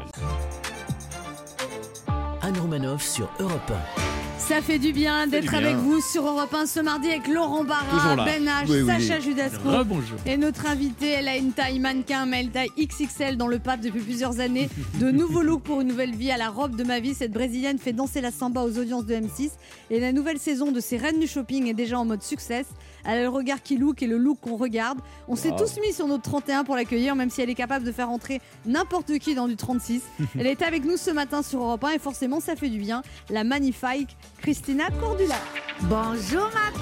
Anne Romanoff sur Europe 1. Ça fait du bien d'être avec vous sur Europe 1 ce mardi avec Laurent Barra, Ben H, Sacha Judasco. Rebonjour. Et notre invitée, elle a une taille mannequin, mais elle taille XXL dans le pape depuis plusieurs années. De nouveaux looks pour une nouvelle vie à la robe de ma vie. Cette Brésilienne fait danser la samba aux audiences de M6. Et la nouvelle saison de ses Reines du Shopping est déjà en mode succès. Elle a le regard qui look et le look qu'on regarde. On s'est tous mis sur notre 31 pour l'accueillir, même si elle est capable de faire entrer n'importe qui dans du 36. Elle est avec nous ce matin sur Europe 1 et forcément ça fait du bien. La magnifique Christina Cordula. Bonjour ma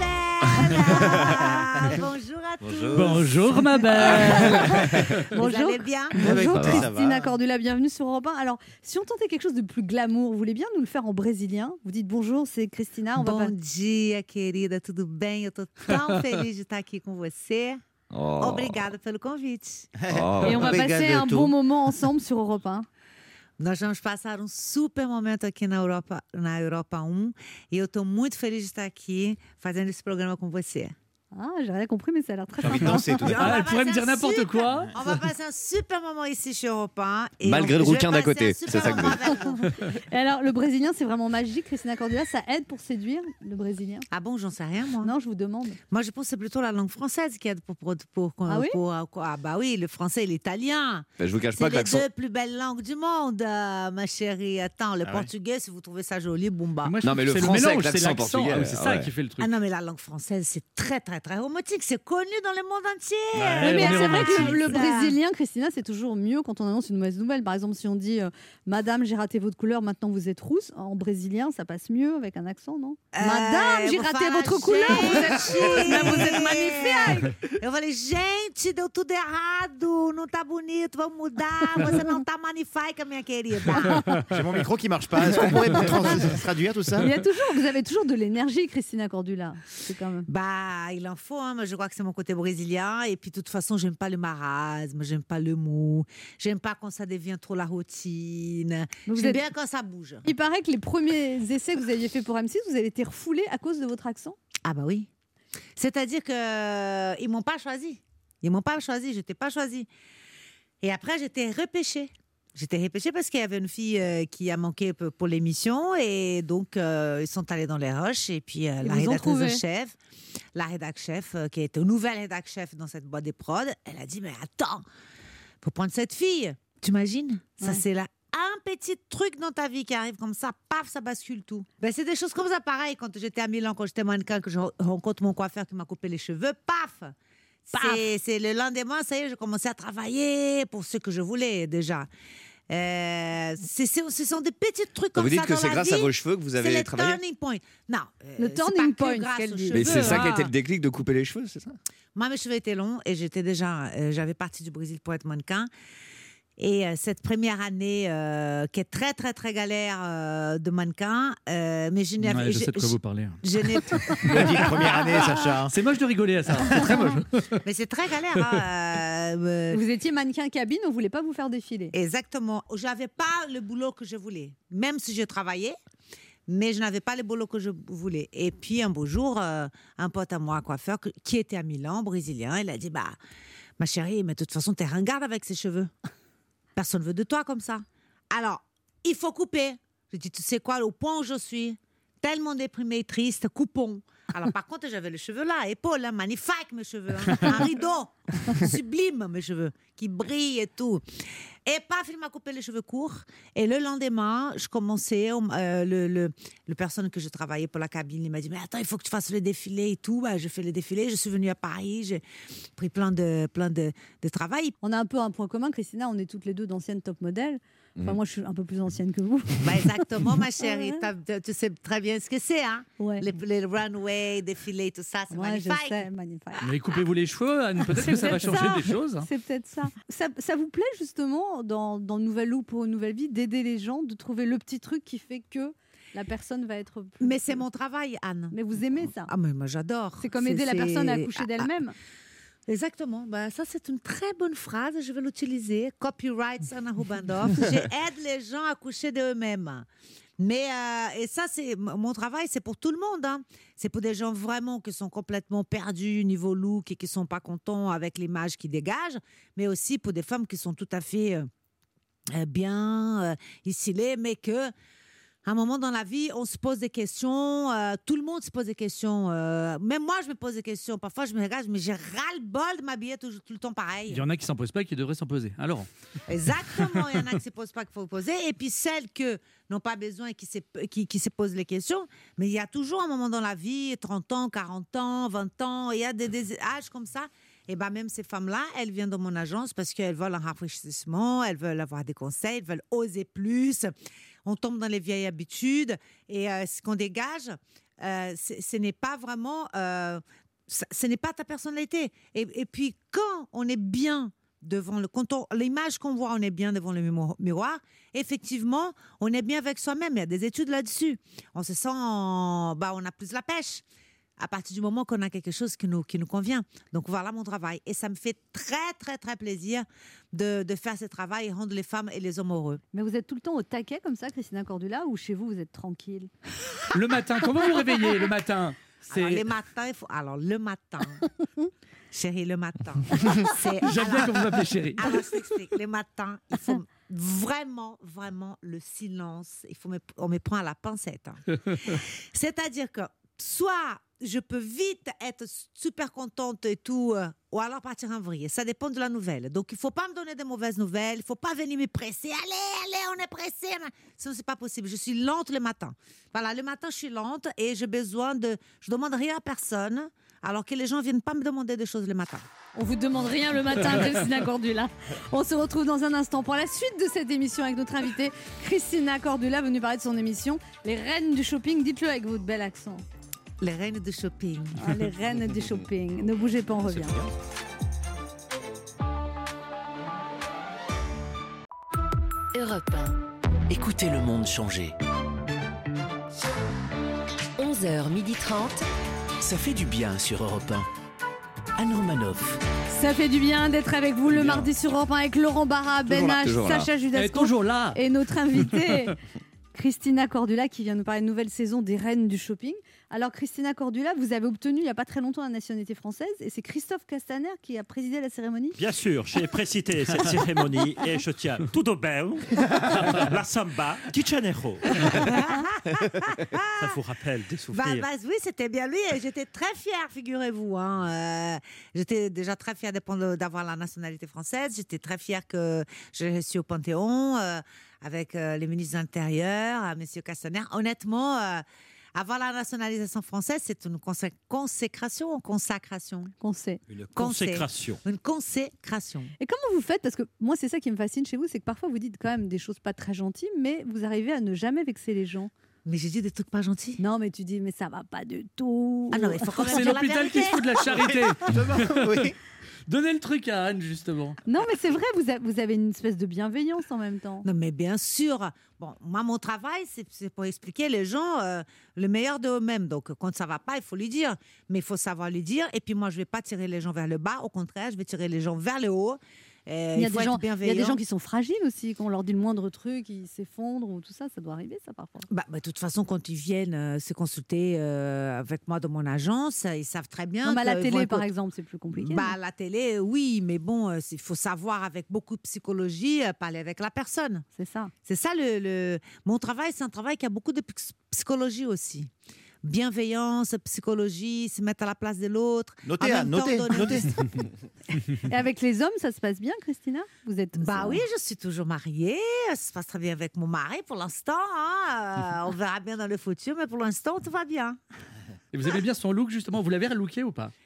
belle. Bonjour à tous. Bonjour ma belle. Vous allez bien? Bonjour Ça va. Christina Cordula, bienvenue sur Europe 1. Alors, si on tentait quelque chose de plus glamour, vous voulez bien nous le faire en brésilien? Vous dites bonjour, c'est Christina. On va Bom dia, querida, tudo bem? Eu tô tão feliz de estar aqui com você. Obrigada pelo convite. Et on va passer un bon moment ensemble sur Europe 1. Nós vamos passar super momento aqui na Europa 1 e eu estou muito feliz de estar aqui fazendo esse programa com você. Ah, j'ai rien compris, mais ça a l'air très J'ai envie de sympa. danser tout ça. Ah, elle pourrait me dire n'importe quoi. On va passer un super moment ici chez Europe 1. Et Malgré le je vais rouquin d'à passer côté, un super c'est ça que moment avec vous. Et alors, le brésilien, c'est vraiment magique, Christina Cordula. Ça aide pour séduire le brésilien? Ah bon, j'en sais rien moi. Non, je vous demande. Moi, je pense que c'est plutôt la langue française qui aide Ah oui? Ah bah oui, le français et l'italien. Je vous cache C'est pas que les l'accent. deux plus belles langues du monde, ma chérie. Attends, le portugais, si vous trouvez ça joli, boumba. Moi, je Non, trouve mais que le c'est français avec mélange, c'est l'accent portugais, Ah oui, c'est ça ouais. qui fait le truc. Ah non, mais la langue française, c'est très, très, très romantique. C'est connu dans le monde entier. Oui, Ouais, mais on est c'est vrai que romantique. le brésilien, Christina, c'est toujours mieux quand on annonce une mauvaise nouvelle. Par exemple, si on dit Madame, j'ai raté votre couleur, maintenant vous êtes rousse. En brésilien, ça passe mieux avec un accent, non? Madame, j'ai vou raté falar, votre couleur, vous êtes gente. rousse, mais vous êtes magnifique. Eu falei, gente, deu tudo errado, não tá bonito, vamos mudar, você não tá magnifique, minha querida. J'ai mon micro qui marche pas. Est-ce qu'on pourrait traduire tout ça? Vous avez toujours de l'énergie, Christina Cordula. C'est quand même. Bah, il en faut, hein, mais je crois que c'est mon côté brésilien. Et puis, de toute façon, j'aime pas le marasme, j'aime pas le mou, j'aime pas quand ça devient trop la routine. Donc vous J'aime êtes- bien quand ça bouge. Il paraît que les premiers essais que vous aviez fait pour M6, vous avez été refoulé à cause de votre accent. Ah bah oui. C'est-à-dire que ils m'ont pas choisi. Ils m'ont pas choisi, j'étais pas choisie. Et après, j'étais repêchée. J'étais repêchée parce qu'il y avait une fille qui a manqué pour l'émission et donc ils sont allés dans les roches et puis la vous ont rédactrice trouvé. chef, la rédac chef qui est une nouvelle rédac chef dans cette boîte des prods, elle a dit mais attends, faut prendre cette fille. Tu imagines? Ça Ouais. c'est là un petit truc dans ta vie qui arrive comme ça, paf, ça bascule tout. Ben, c'est des choses comme ça, pareil, quand j'étais à Milan, quand j'étais mannequin, que je rencontre mon coiffeur qui m'a coupé les cheveux, paf. C'est le lendemain, ça y est, je commençais à travailler pour ce que je voulais déjà. Ce sont des petits trucs comme Vous dites ça que dans c'est la grâce vie. à vos cheveux que vous C'est avez le travaillé? turning point. Non, Le c'est turning pas que point, grâce qu'elle aux dit. Mais c'est ça qui a hein. été le déclic de couper les cheveux, c'est ça? Moi, mes cheveux étaient longs et j'étais déjà, j'avais parti du Brésil pour être mannequin. Et cette première année qui est très très très galère de mannequin, mais je n'ai Ouais, je sais de quoi vous parlez. je n'ai Le dit première année, Sacha. C'est moche de rigoler à ça. C'est très moche. mais c'est très galère. Hein, Vous étiez mannequin cabine, on voulait pas vous faire défiler. exactement. J'avais pas le boulot que je voulais, même si je travaillais. mais je n'avais pas les bolos que je voulais. Et puis, un beau jour, un pote à moi, coiffeur, qui était à Milan, brésilien, il a dit, ma chérie, mais de toute façon, t'es ringarde avec ces cheveux. Personne ne veut de toi comme ça. Alors, il faut couper. Je dis, tu sais quoi, au point où je suis, tellement déprimée et triste, coupons. Alors, par contre, j'avais les cheveux là, épaules, magnifiques mes cheveux. Un rideau, sublime mes cheveux, qui brillent et tout. Et paf, il m'a coupé les cheveux courts. Et le lendemain, je commençais, le personne que je travaillais pour la cabine, il m'a dit, mais attends, il faut que tu fasses le défilé et tout. Je fais le défilé, je suis venue à Paris, j'ai pris plein de travail. On a un peu un point commun, Christina, on est toutes les deux d'anciennes top modèles. Enfin, moi, je suis un peu plus ancienne que vous. Exactement, ma chérie. Tu sais très bien ce que c'est, hein? Ouais. Les runways, défilés, tout ça, c'est magnifique. Je sais, magnifique. Mais coupez-vous les cheveux, Anne, peut-être que ça va changer des choses. C'est peut-être ça. Ça vous plaît justement, dans Nouvelle Look pour une nouvelle vie, d'aider les gens, de trouver le petit truc qui fait que la personne va être plus... Mais c'est mon travail, Anne. Mais vous aimez ça? Ah, mais moi, j'adore. C'est comme aider la personne à accoucher d'elle-même. Exactement. Ça, c'est une très bonne phrase. Je vais l'utiliser. Copyright Sana Hubandorf. J'aide les gens à coucher d'eux-mêmes. Mais et ça, c'est mon travail, c'est pour tout le monde. Hein. C'est pour des gens vraiment qui sont complètement perdus niveau look et qui sont pas contents avec l'image qu'ils dégagent, mais aussi pour des femmes qui sont tout à fait bien stylées, mais que à un moment dans la vie, on se pose des questions. Tout le monde se pose des questions. Même moi, je me pose des questions. Parfois, je me regarde, mais j'ai ras-le-bol de m'habiller tout le temps pareil. Il y en a qui s'en posent pas et qui devraient s'en poser. Alors. Exactement. Il y en a qui ne se posent pas qu'il faut poser. Et puis celles qui n'ont pas besoin et qui se posent les questions. Mais il y a toujours un moment dans la vie, 30 ans, 40 ans, 20 ans, il y a des âges comme ça. Et même ces femmes-là, elles viennent dans mon agence parce qu'elles veulent un rafraîchissement, elles veulent avoir des conseils, elles veulent oser plus. On tombe dans les vieilles habitudes et ce qu'on dégage, ce n'est pas vraiment, ce n'est pas ta personnalité. Et puis quand on est bien devant l'image qu'on voit, on est bien devant le miroir. Effectivement, on est bien avec soi-même. Il y a des études là-dessus. On se sent, on a plus la pêche. À partir du moment qu'on a quelque chose qui nous convient. Donc voilà mon travail. Et ça me fait très, très, très plaisir de faire ce travail et rendre les femmes et les hommes heureux. Mais vous êtes tout le temps au taquet comme ça, Christina Cordula, ou chez vous, vous êtes tranquille? Le matin, comment vous réveillez le matin? Alors, le matin, chérie, le matin. J'aime bien quand vous m'appelez chérie. Alors, je t'explique. Le matin, il faut vraiment, vraiment le silence. On me prend à la pincette. Hein. C'est-à-dire que soit je peux vite être super contente et tout, ou alors partir en vrille. Ça dépend de la nouvelle. Donc, il ne faut pas me donner de mauvaises nouvelles. Il ne faut pas venir me presser. Allez, on est pressé. Ça, ce n'est pas possible. Je suis lente le matin. Voilà, le matin, je suis lente et j'ai besoin de... Je ne demande rien à personne, alors que les gens ne viennent pas me demander des choses le matin. On ne vous demande rien le matin, Christina Cordula. On se retrouve dans un instant pour la suite de cette émission avec notre invitée, Christina Cordula, venue parler de son émission Les Reines du Shopping. Dites-le avec votre bel accent. Les reines du shopping. Les reines du shopping. Ne bougez pas, on revient. Europe 1. Écoutez le monde changer. 11h30. Ça fait du bien sur Europe 1. Anne Romanoff. Ça fait du bien d'être avec vous le mardi sur Europe 1 avec Laurent Barra, Ben H, Sacha Judasco et notre invitée Christina Cordula qui vient nous parler de nouvelle saison des Reines du Shopping. Alors Christina Cordula, vous avez obtenu il n'y a pas très longtemps la nationalité française et c'est Christophe Castaner qui a présidé la cérémonie. Bien sûr, j'ai présidé cette cérémonie et je tiens tout au bien la samba di Janeiro. Ça vous rappelle des souvenirs? Oui, c'était bien lui et j'étais très fière, figurez-vous. Hein. J'étais déjà très fière d'avoir la nationalité française. J'étais très fière que je suis au Panthéon avec les ministres de l'Intérieur, M. Castaner. Honnêtement... avoir la nationalisation française, c'est une consécration ou consacration? Une consécration. Une consécration. Et comment vous faites? Parce que moi, c'est ça qui me fascine chez vous, c'est que parfois vous dites quand même des choses pas très gentilles, mais vous arrivez à ne jamais vexer les gens. Mais j'ai dit des trucs pas gentils. Non, mais tu dis, mais ça va pas du tout. Ah non, il faut quand même c'est dire la l'hôpital vérité. qui se fout de la charité. Oui. Donnez le truc à Anne, justement. Non, mais c'est vrai, vous avez une espèce de bienveillance en même temps. Non, mais bien sûr. Bon, moi, mon travail, c'est pour expliquer les gens le meilleur d'eux-mêmes. Donc, quand ça va pas, il faut lui dire. Mais il faut savoir lui dire. Et puis, moi, je vais pas tirer les gens vers le bas. Au contraire, je vais tirer les gens vers le haut. Il y a des gens qui sont fragiles aussi, quand on leur dit le moindre truc, ils s'effondrent ou tout ça, ça doit arriver ça parfois. De toute façon, quand ils viennent se consulter avec moi dans mon agence, ils savent très bien. Non, mais à la télé, par exemple, c'est plus compliqué. À la télé, oui, mais bon, il faut savoir avec beaucoup de psychologie parler avec la personne. C'est ça. C'est ça mon travail, c'est un travail qui a beaucoup de psychologie aussi. Bienveillance, psychologie, se mettre à la place de l'autre. Notez. Et avec les hommes, ça se passe bien, Christina? Vous êtes oui, je suis toujours mariée. Ça se passe très bien avec mon mari pour l'instant. On verra bien dans le futur, mais pour l'instant, tout va bien. Et vous aimez bien son look, justement? Vous l'avez relooké ou pas?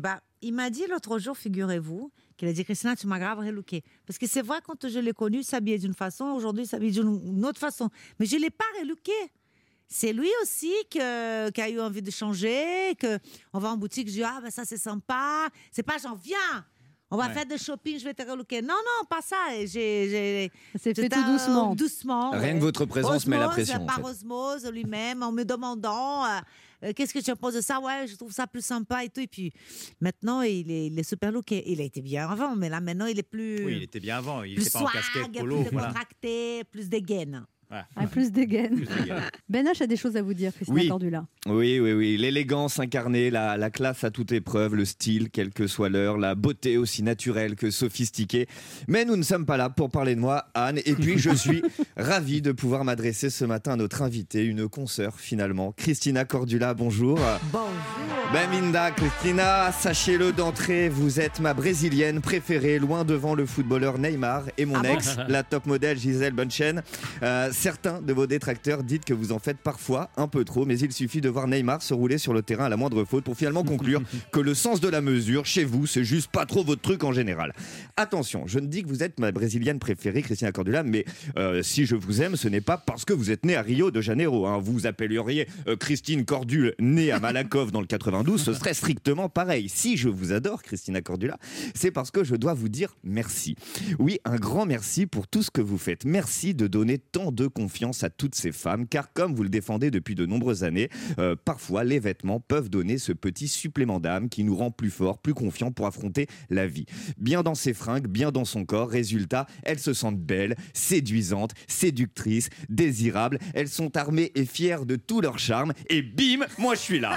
Il m'a dit l'autre jour, figurez-vous, qu'il a dit, Christina, tu m'as grave relooké. Parce que c'est vrai, quand je l'ai connu, il s'habillait d'une façon, aujourd'hui, il s'habille d'une autre façon. Mais je ne l'ai pas relooké. C'est lui aussi qui a eu envie de changer, qu'on va en boutique, je dis, ça c'est sympa. C'est pas, j'en viens. On va faire des shopping, je vais te relooker. Non, pas ça. C'est fait tout doucement. Doucement. Rien que votre présence met la pression. Par osmose lui-même, en me demandant qu'est-ce que tu en penses de ça. Ouais, je trouve ça plus sympa et tout. Et puis maintenant, il est super looké. Il a été bien avant, mais là maintenant, il est plus. Oui, il était bien avant. Il plus n'était pas en casquette polo. Plus décontracté, plus dégaine. Plus dégaine. Ben H a des choses à vous dire, Christina Cordula. Oui. L'élégance incarnée, la classe à toute épreuve, le style, quelle que soit l'heure, la beauté aussi naturelle que sophistiquée. Mais nous ne sommes pas là pour parler de moi, Anne. Et puis, je suis ravi de pouvoir m'adresser ce matin à notre invitée, une consoeur finalement, Christina Cordula. Bonjour. Bonjour. Bem-vinda, Christina. Sachez-le d'entrée, vous êtes ma brésilienne préférée, loin devant le footballeur Neymar et mon ex, la top modèle Gisèle Bündchen. Certains de vos détracteurs disent que vous en faites parfois un peu trop, mais il suffit de voir Neymar se rouler sur le terrain à la moindre faute pour finalement conclure que le sens de la mesure, chez vous, c'est juste pas trop votre truc en général. Attention, je ne dis que vous êtes ma brésilienne préférée, Christina Cordula, mais si je vous aime, ce n'est pas parce que vous êtes née à Rio de Janeiro. Vous vous appelleriez Christine Cordula, née à Malakoff dans le 92, ce serait strictement pareil. Si je vous adore, Christina Cordula, c'est parce que je dois vous dire merci. Oui, un grand merci pour tout ce que vous faites. Merci de donner tant de confiance à toutes ces femmes, car comme vous le défendez depuis de nombreuses années, parfois les vêtements peuvent donner ce petit supplément d'âme qui nous rend plus forts, plus confiants pour affronter la vie. Bien dans ses fringues, bien dans son corps, résultat, elles se sentent belles, séduisantes, séductrices, désirables, elles sont armées et fières de tout leur charme, et bim, moi je suis là.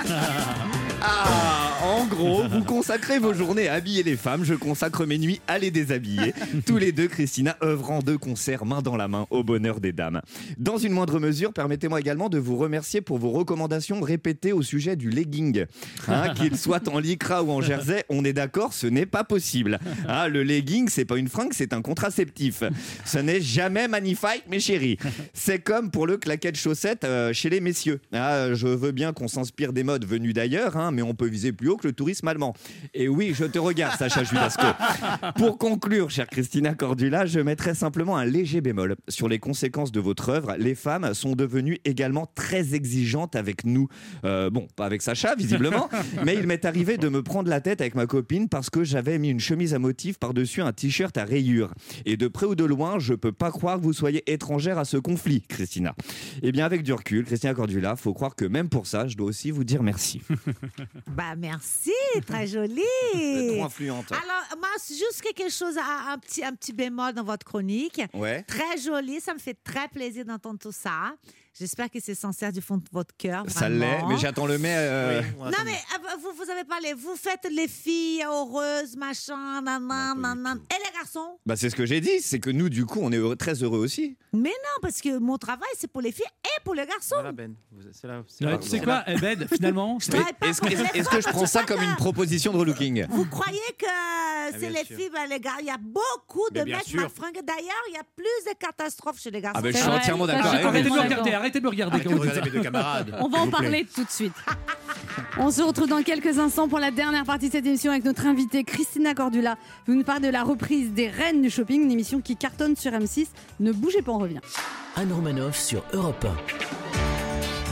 En gros, vous consacrez vos journées à habiller les femmes, je consacre mes nuits à les déshabiller. Tous les deux, Christina, œuvrant de concert, main dans la main, au bonheur des dames. Dans une moindre mesure, permettez-moi également de vous remercier pour vos recommandations répétées au sujet du legging. Qu'il soit en lycra ou en jersey, on est d'accord, ce n'est pas possible. Le legging, c'est pas une fringue, c'est un contraceptif. Ce n'est jamais magnifique, mes chéris. C'est comme pour le claquet de chaussettes chez les messieurs. Je veux bien qu'on s'inspire des modes venues d'ailleurs, mais on peut viser plus haut que le tourisme allemand. Et oui, je te regarde, Sacha Judasco. Pour conclure, chère Christina Cordula, je mettrai simplement un léger bémol sur les conséquences de votre œuvre. Les femmes sont devenues également très exigeantes avec nous. Bon, pas avec Sacha, visiblement, mais il m'est arrivé de me prendre la tête avec ma copine parce que j'avais mis une chemise à motif par-dessus un t-shirt à rayures. Et de près ou de loin, je peux pas croire que vous soyez étrangère à ce conflit, Christina. Eh bien, avec du recul, Christina Cordula, faut croire que même pour ça, je dois aussi vous dire merci. Merci, très jolie. Trop influente. Alors, moi, juste quelque chose, un petit bémol dans votre chronique. Ouais. Très jolie, ça me fait très plaisir d'entendre tout ça. J'espère que c'est sincère du fond de votre cœur. Ça l'est, mais j'attends le mais. Non, mais vous avez parlé. Vous faites les filles heureuses, machin, nanana. Et les garçons? C'est ce que j'ai dit. C'est que nous, du coup, on est très heureux aussi. Mais non, parce que mon travail, c'est pour les filles et pour les garçons. Voilà, Ben. Tu sais quoi, Ben, finalement, est-ce que je prends ça comme une proposition de relooking? Vous croyez que c'est les filles, les gars? Il y a beaucoup de mecs mal fringués. D'ailleurs, il y a plus de catastrophes chez les garçons. Je suis entièrement d'accord. Arrêtez de me regarder. Mes deux camarades. On va en parler tout de suite. On se retrouve dans quelques instants pour la dernière partie de cette émission avec notre invitée Christina Cordula. Vous nous parlez de la reprise des Reines du Shopping, une émission qui cartonne sur M6. Ne bougez pas, on revient. Anne Romanoff sur Europe 1.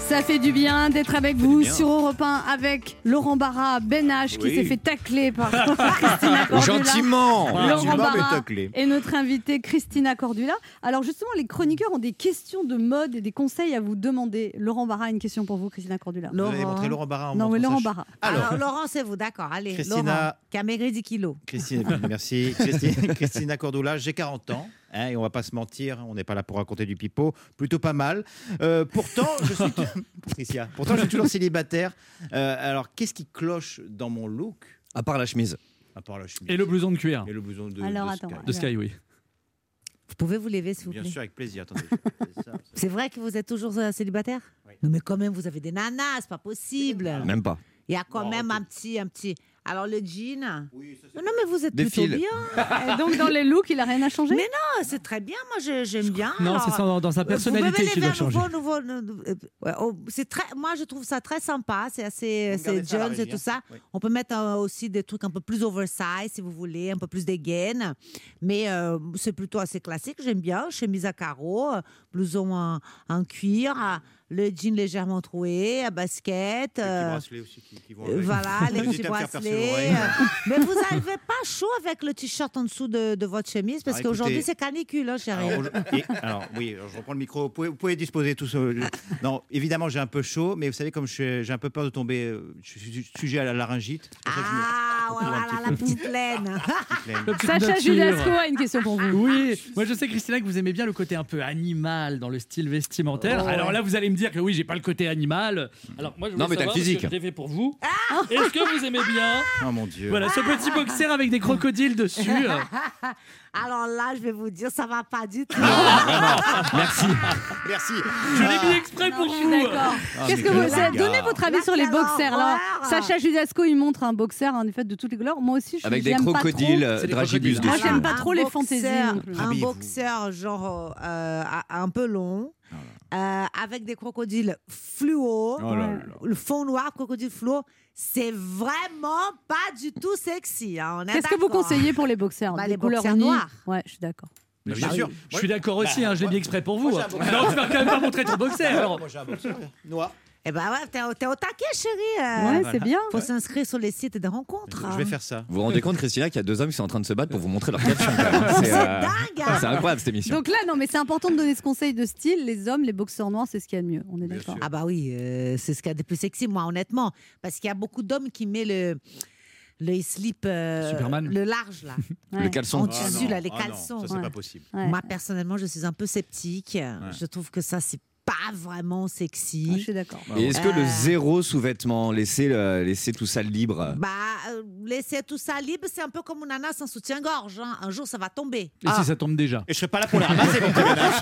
Ça fait du bien d'être avec vous bien. sur Europe 1 avec Laurent Barra, Ben H qui Oui. s'est fait tacler par Christina Cordula. Gentiment. Laurent Gentiment, mais Barra taclé. et notre invitée Christina Cordula. Alors justement, les chroniqueurs ont des questions de mode et des conseils à vous demander. Laurent Barra a une question pour vous, Christina Cordula. Vous allez montrer Laurent Barra en Non, mais montrant Laurent sa Barra. Alors, Laurent, c'est vous, d'accord. Allez, Christina- Laurent, qui a maigri 10 kilos. Merci. Christina Cordula, j'ai 40 ans. Et on va pas se mentir, on n'est pas là pour raconter du pipeau, plutôt pas mal. Pourtant, Patricia, pourtant, je suis toujours célibataire. Alors, qu'est-ce qui cloche dans mon look? À part la chemise. À part la chemise. Et le blouson de cuir. Et le blouson de Alors, de attends, Sky. De Sky, oui. Vous pouvez vous lever, s'il vous Bien plaît. sûr, avec plaisir. Attendez. C'est vrai que vous êtes toujours célibataire? Non, mais quand même, vous avez des nanas, c'est pas possible. Même pas. Il y a quand même un petit. Alors, le jean. Non, mais vous êtes Des plutôt fils. bien. Et donc dans les looks, il a rien à changer? Mais non, c'est très bien. Moi, j'aime bien. Non, Alors, c'est dans sa personnalité vous pouvez qu'il les doit faire changer. c'est très. Moi, je trouve ça très sympa. C'est assez, Vous gardez c'est ça à la jeans et régie, tout ça. oui. On peut mettre aussi des trucs un peu plus oversize, si vous voulez, un peu plus des gaines. Mais c'est plutôt assez classique. J'aime bien. Chemise à carreaux, blouson en cuir, le jean légèrement troué, à basket. Les petits bracelets aussi qui vont avec. Voilà, les petits N'hésitez à me faire percer bracelets. l'oreille. Mais vous n'avez pas chaud avec le t-shirt en dessous de votre chemise parce Alors, qu'aujourd'hui écoutez, c'est canicule, hein, chérie. Alors, je reprends le micro. Vous pouvez disposer tout ça. Non, évidemment, j'ai un peu chaud, mais vous savez, comme j'ai un peu peur de tomber, je suis sujet à la laryngite. C'est pour ça que je me- Ah, voilà, la petite laine. Sacha nature. Judasco a une question pour vous. Oui, moi je sais Christina que vous aimez bien le côté un peu animal dans le style vestimentaire. Oh, Alors ouais. là vous allez me dire que oui, j'ai pas le côté animal. Alors moi je Non, voulais mais t'as le savoir, physique. parce que je l'ai fait pour vous. Est-ce que vous aimez bien Oh mon Dieu. voilà ce petit boxer avec des crocodiles dessus Alors là, je vais vous dire, ça va pas du tout. Merci. Merci. Je l'ai mis exprès pour Je suis vous. d'accord. Qu'est-ce que vous quel donnez gars. votre avis Là, sur les quelle boxers là? horreur. Sacha Judasco, il montre un boxer en effet de toutes les couleurs. Moi aussi, je Avec des j'aime pas crocodiles trop. C'est des dragibus crocodiles. Ah, dessus. j'aime pas trop les fantaisies non plus. Un Habillez-vous. boxer genre un peu long, avec des crocodiles fluo, Oh là là. le fond noir, crocodile fluo. C'est vraiment pas du tout sexy. Hein, on est Qu'est-ce que vous d'accord. conseillez pour les boxers? Bah, Des les couleurs boxers unies. noirs. Ouais, je suis d'accord. Mais bien sûr. Je suis d'accord aussi, je l'ai mis exprès pour vous. moi, j'ai un boxer. Non, tu vas quand même pas montrer ton boxer. alors. Moi, j'ai un boxeur noir. Eh ben ouais, t'es au taquet, chérie. Ouais, voilà. c'est bien. Faut s'inscrire sur les sites de rencontres. Je vais faire ça. Vous vous rendez compte, Christina, qu'il y a deux hommes qui sont en train de se battre pour vous montrer leur caption. quand même. C'est dingue. Hein. C'est incroyable cette émission. Donc là, non, mais c'est important de donner ce conseil de style. Les hommes, les boxeurs noirs, c'est ce qu'il y a de mieux. On est Bien d'accord. sûr. Ah bah oui, c'est ce qu'il y a de plus sexy, moi, honnêtement. Parce qu'il y a beaucoup d'hommes qui mettent le slip, Superman. le large, là. Ouais. Le caleçon. En tissu, là, les Ah non, caleçons. ça, c'est Ouais. pas possible. Ouais. Moi, personnellement, je suis un peu sceptique. Je trouve que ça, c'est pas vraiment Ouais, je sexy. suis d'accord. Et est-ce que le zéro sous-vêtement, laisser tout ça libre Bah, laisser tout ça libre, c'est un peu comme une nana sans soutien-gorge. Hein. Un jour, ça va tomber. Et si ça tombe déjà Et je serai pas là pour les ramasser, mon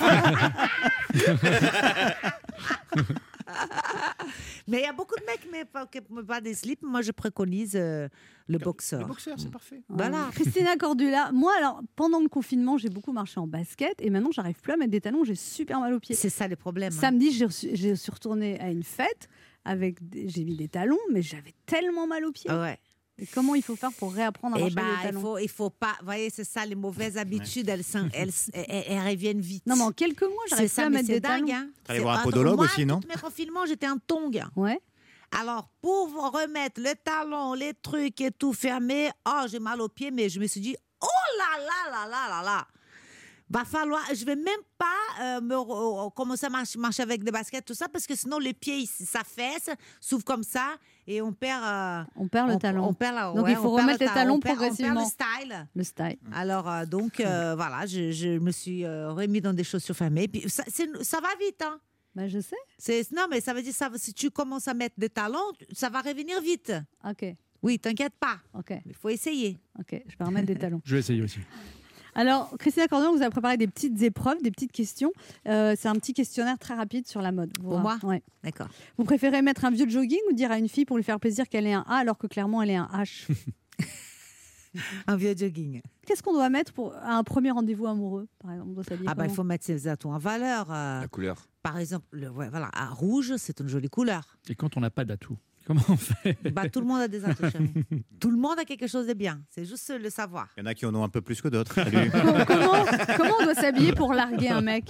Mais il y a beaucoup de mecs qui ne mettent pas des slips. Moi, je préconise le boxeur. Le boxeur, c'est parfait. Voilà. Christina Cordula, moi, alors, pendant le confinement, j'ai beaucoup marché en basket et maintenant, j'arrive plus à mettre des talons. J'ai super mal aux pieds. C'est ça le problème. hein. Samedi, je suis retournée à une fête j'ai mis des talons, mais j'avais tellement mal aux pieds. Ah ouais. Et comment il faut faire pour réapprendre à Eh marcher ben, avec des talons il faut pas. Vous voyez, c'est ça, les mauvaises habitudes, elles reviennent vite. Non, mais en quelques mois, c'est j'arrive plus ça, à mais mettre c'est des dingue. talons. Hein. T'allais C'est- voir un Attends, podologue moi, aussi, non tous mes confinements, j'étais en tongs. Ouais. Alors, pour remettre le talon, les trucs et tout fermé, oh, j'ai mal aux pieds, mais je me suis dit, oh là là là là là là. Va falloir, je vais même pas commencer à marcher avec des baskets, tout ça, parce que sinon, les pieds, ils s'affaissent, s'ouvrent comme ça, et on perd. On perd le talon. On perd Donc, il faut on perd remettre le les talons on perd progressivement. le style. Le style. Alors, voilà, je me suis remis dans des chaussures fermées. Puis ça va vite, hein. Bah, je sais. Non, mais ça veut dire, si tu commences à mettre des talons, ça va revenir vite. Ok. Oui, t'inquiète pas. Ok. Il faut essayer. Ok. Je vais remettre des talons. Je vais essayer aussi. Alors, Christina Cordula, vous avez préparé des petites épreuves, des petites questions. C'est un petit questionnaire très rapide sur la mode. Pour moi Ouais. D'accord. Vous préférez mettre un vieux jogging ou dire à une fille pour lui faire plaisir qu'elle est un A alors que clairement elle est un H? Un vieux jogging. Qu'est-ce qu'on doit mettre pour à un premier rendez-vous amoureux, par exemple? On doit s'habiller Ah bah, il comment faut mettre ses atouts en valeur. La couleur. Par exemple, voilà, rouge, c'est une jolie couleur. Et quand on n'a pas d'atout, comment on fait? Bah, tout le monde a des atouts, chérie. Tout le monde a quelque chose de bien. C'est juste le savoir. Il y en a qui en ont un peu plus que d'autres. Salut. comment on doit s'habiller pour larguer un mec? Ah,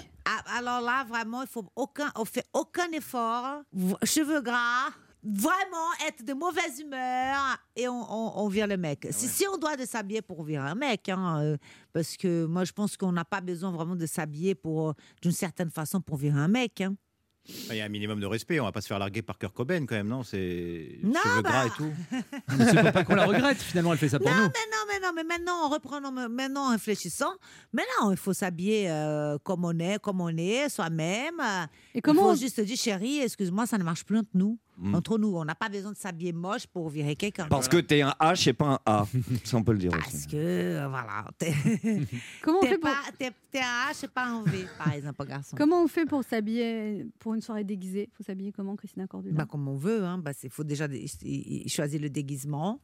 alors là, vraiment, on fait aucun effort. Cheveux gras, vraiment être de mauvaise humeur et on vire le mec. Si on doit de s'habiller pour virer un mec, parce que moi, je pense qu'on n'a pas besoin vraiment de s'habiller d'une certaine façon pour virer un mec. Il y a un minimum de respect, on va pas se faire larguer par Kurt Cobain quand même, non? C'est Non, cheveux gras et tout. Mais c'est pas qu'on la regrette, finalement, elle fait ça pour nous. Mais maintenant, maintenant, en réfléchissant, maintenant, il faut s'habiller comme on est, soi-même. Et comment il faut juste dire, chérie, excuse-moi, ça ne marche plus entre nous. Entre nous, on n'a pas besoin de s'habiller moche pour virer quelqu'un. Parce que t'es un H et pas un A. Ça, on peut le dire Parce aussi. que, voilà. Comment on fait T'es un H et pas un V, par exemple, garçon. Comment on fait pour s'habiller pour une soirée déguisée? Il faut s'habiller comment, Christina Cordula? Comme on veut. Il faut déjà choisir le déguisement.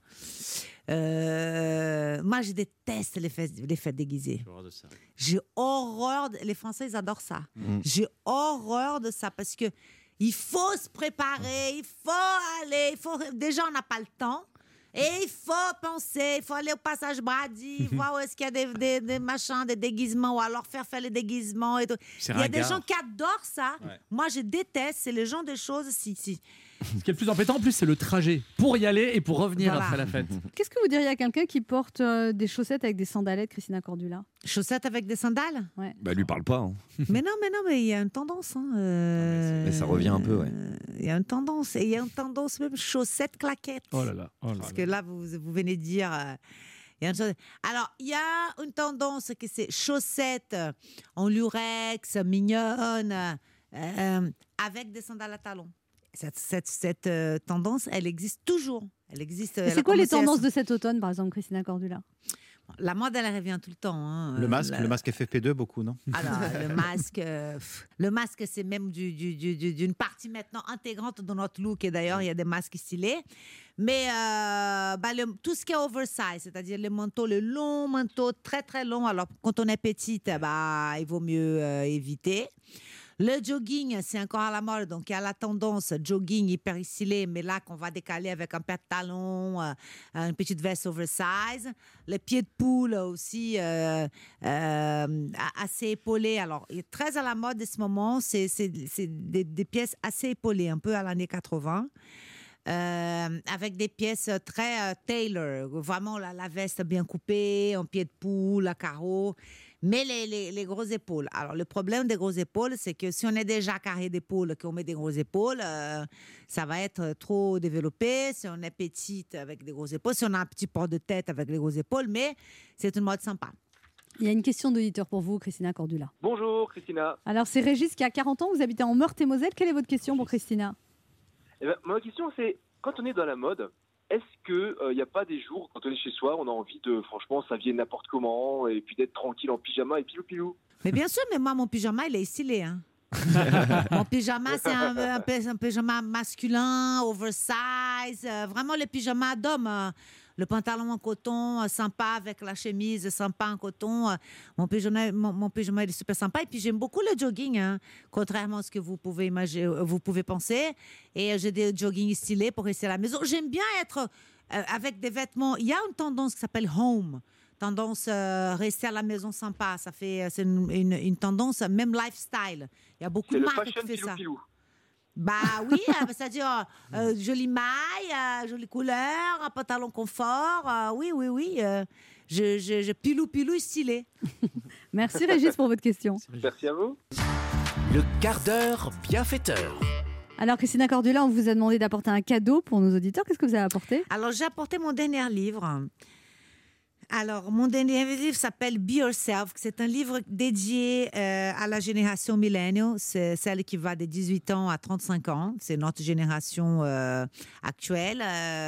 Moi, je déteste les fêtes déguisées. J'ai horreur. Les Français, ils adorent ça. J'ai horreur de ça parce que il faut se préparer, il faut aller. Déjà, on n'a pas le temps. Et il faut penser, il faut aller au passage Brady, voir où est-ce qu'il y a des machins, des déguisements, ou alors faire les déguisements. Et tout. Il y a des gens qui adorent ça. Ouais. Moi, je déteste. C'est le genre de choses. Si. Ce qui est le plus embêtant, en plus, c'est le trajet pour y aller et pour revenir après la fête. Qu'est-ce que vous diriez à quelqu'un qui porte des chaussettes avec des sandalettes, Christina Cordula? Chaussettes avec des sandales? Ouais. Bah, lui parle pas. Mais non, il y a une tendance. Mais ça revient un peu, ouais. Il y a une tendance. Et il y a une tendance même chaussettes claquettes. Oh là là. Parce que là, vous venez de dire. Alors, il y a une tendance que c'est chaussettes en lurex, mignonnes, avec des sandales à talons. Cette tendance, elle existe toujours. Elle existe. Et c'est quoi les tendances de cet automne, par exemple, Christina Cordula? La mode, elle revient tout le temps. Le masque FFP2, beaucoup, non? Alors, le masque, c'est même d'une partie maintenant intégrante de notre look. Et d'ailleurs, il y a des masques stylés. Mais tout ce qui est oversize, c'est-à-dire les manteaux, le long manteau, très, très long. Alors, quand on est petite, il vaut mieux éviter. Le jogging, c'est encore à la mode, donc il y a la tendance jogging hyper stylé, mais là qu'on va décaler avec un pantalon, une petite veste oversize. Le pied de poule aussi assez épaulé. Alors, il est très à la mode en ce moment, c'est des pièces assez épaulées, un peu à l'année 80. Avec des pièces très tailor, vraiment la veste bien coupée, en pied de poule, à carreaux. Mais les grosses épaules. Alors, le problème des grosses épaules, c'est que si on est déjà carré d'épaule, qu'on met des grosses épaules, ça va être trop développé. Si on est petite avec des grosses épaules, si on a un petit port de tête avec les grosses épaules, mais c'est une mode sympa. Il y a une question d'auditeur pour vous, Christina Cordula. Bonjour, Christina. Alors, c'est Régis qui a 40 ans, vous habitez en Meurthe-et-Moselle. Quelle est votre question pour Christina? Ma question, c'est, quand on est dans la mode, est-ce qu'il n'y a pas des jours, quand on est chez soi, on a envie de, franchement, s'habiller n'importe comment, et puis d'être tranquille en pyjama et pilou-pilou? Mais bien sûr, mais moi, mon pyjama, il est stylé. Mon pyjama, c'est un pyjama masculin, oversize, vraiment le pyjama d'homme. Le pantalon en coton, sympa, avec la chemise, sympa en coton. Mon pyjama, il est super sympa. Et puis, j'aime beaucoup le jogging, contrairement à ce que vous pouvez imaginer, vous pouvez penser. Et j'ai des jogging stylés pour rester à la maison. J'aime bien être avec des vêtements. Il y a une tendance qui s'appelle home. Tendance rester à la maison sympa. C'est une tendance, même lifestyle. Il y a beaucoup de marques qui font ça. Bah oui, c'est-à-dire jolie maille, jolie couleur, un pantalon confort. Oui. Je pilou stylé. Merci Régis pour votre question. Merci à vous. Le quart d'heure bienfaiteur. Alors Christina Cordula, on vous a demandé d'apporter un cadeau pour nos auditeurs. Qu'est-ce que vous avez apporté? Alors j'ai apporté mon dernier livre. Alors, mon dernier livre s'appelle Be Yourself. C'est un livre dédié à la génération millennial. C'est celle qui va de 18 ans à 35 ans. C'est notre génération actuelle.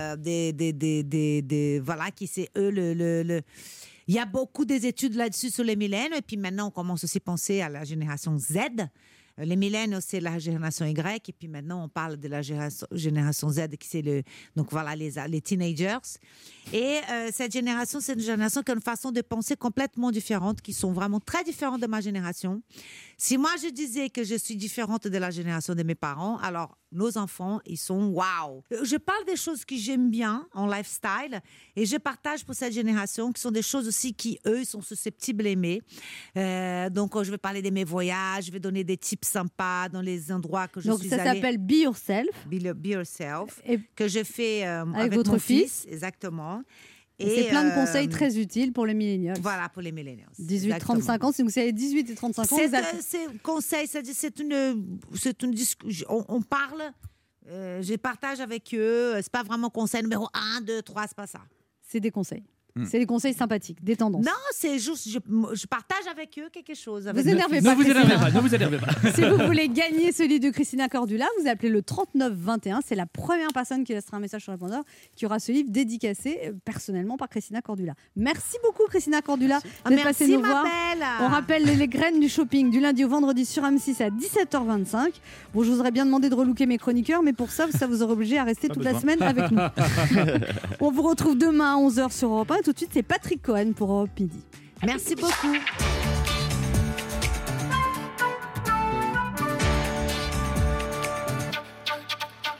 Voilà, qui c'est eux Il y a beaucoup d'études là-dessus sur les milléniaux. Et puis maintenant, on commence aussi à penser à la génération Z. Les milléniaux, c'est la génération Y. Et puis maintenant, on parle de la génération Z, qui c'est donc voilà, les teenagers. Et cette génération, c'est une génération qui a une façon de penser complètement différente, qui sont vraiment très différentes de ma génération. Si moi, je disais que je suis différente de la génération de mes parents, alors nos enfants, ils sont waouh. Je parle des choses que j'aime bien en lifestyle et je partage pour cette génération qui sont des choses aussi qui, eux, sont susceptibles d'aimer. Donc, je vais parler de mes voyages, je vais donner des tips sympas dans les endroits que je suis allée. Donc, ça s'appelle Be Yourself. Be Yourself, que je fais avec votre mon fils. Exactement. Et c'est plein de conseils très utiles pour les millennials. Voilà, pour les millennials. 18-35 ans, si vous savez 18 et 35 ans, c'est conseil, c'est une discussion. On parle, je partage avec eux. C'est pas vraiment conseil numéro 1, 2, 3, c'est pas ça. C'est des conseils. C'est des conseils sympathiques, des tendances. Non, c'est juste, je partage avec eux quelque chose. Vous énervez pas. Ne vous énervez pas. Si vous voulez gagner ce livre de Christina Cordula, vous appelez le 3921. C'est la première personne qui laissera un message sur le répondeur qui aura ce livre dédicacé personnellement par Christina Cordula. Merci beaucoup, Christina Cordula, d'être passée nous voir. On rappelle les graines du shopping du lundi au vendredi sur M6 à 17h25. Bon, je vous aurais bien demandé de relooker mes chroniqueurs, mais pour ça vous aurait obligé à rester toute la semaine avec nous. On vous retrouve demain à 11h sur Europe 1. Tout de suite, c'est Patrick Cohen pour Europe Midi. Merci beaucoup.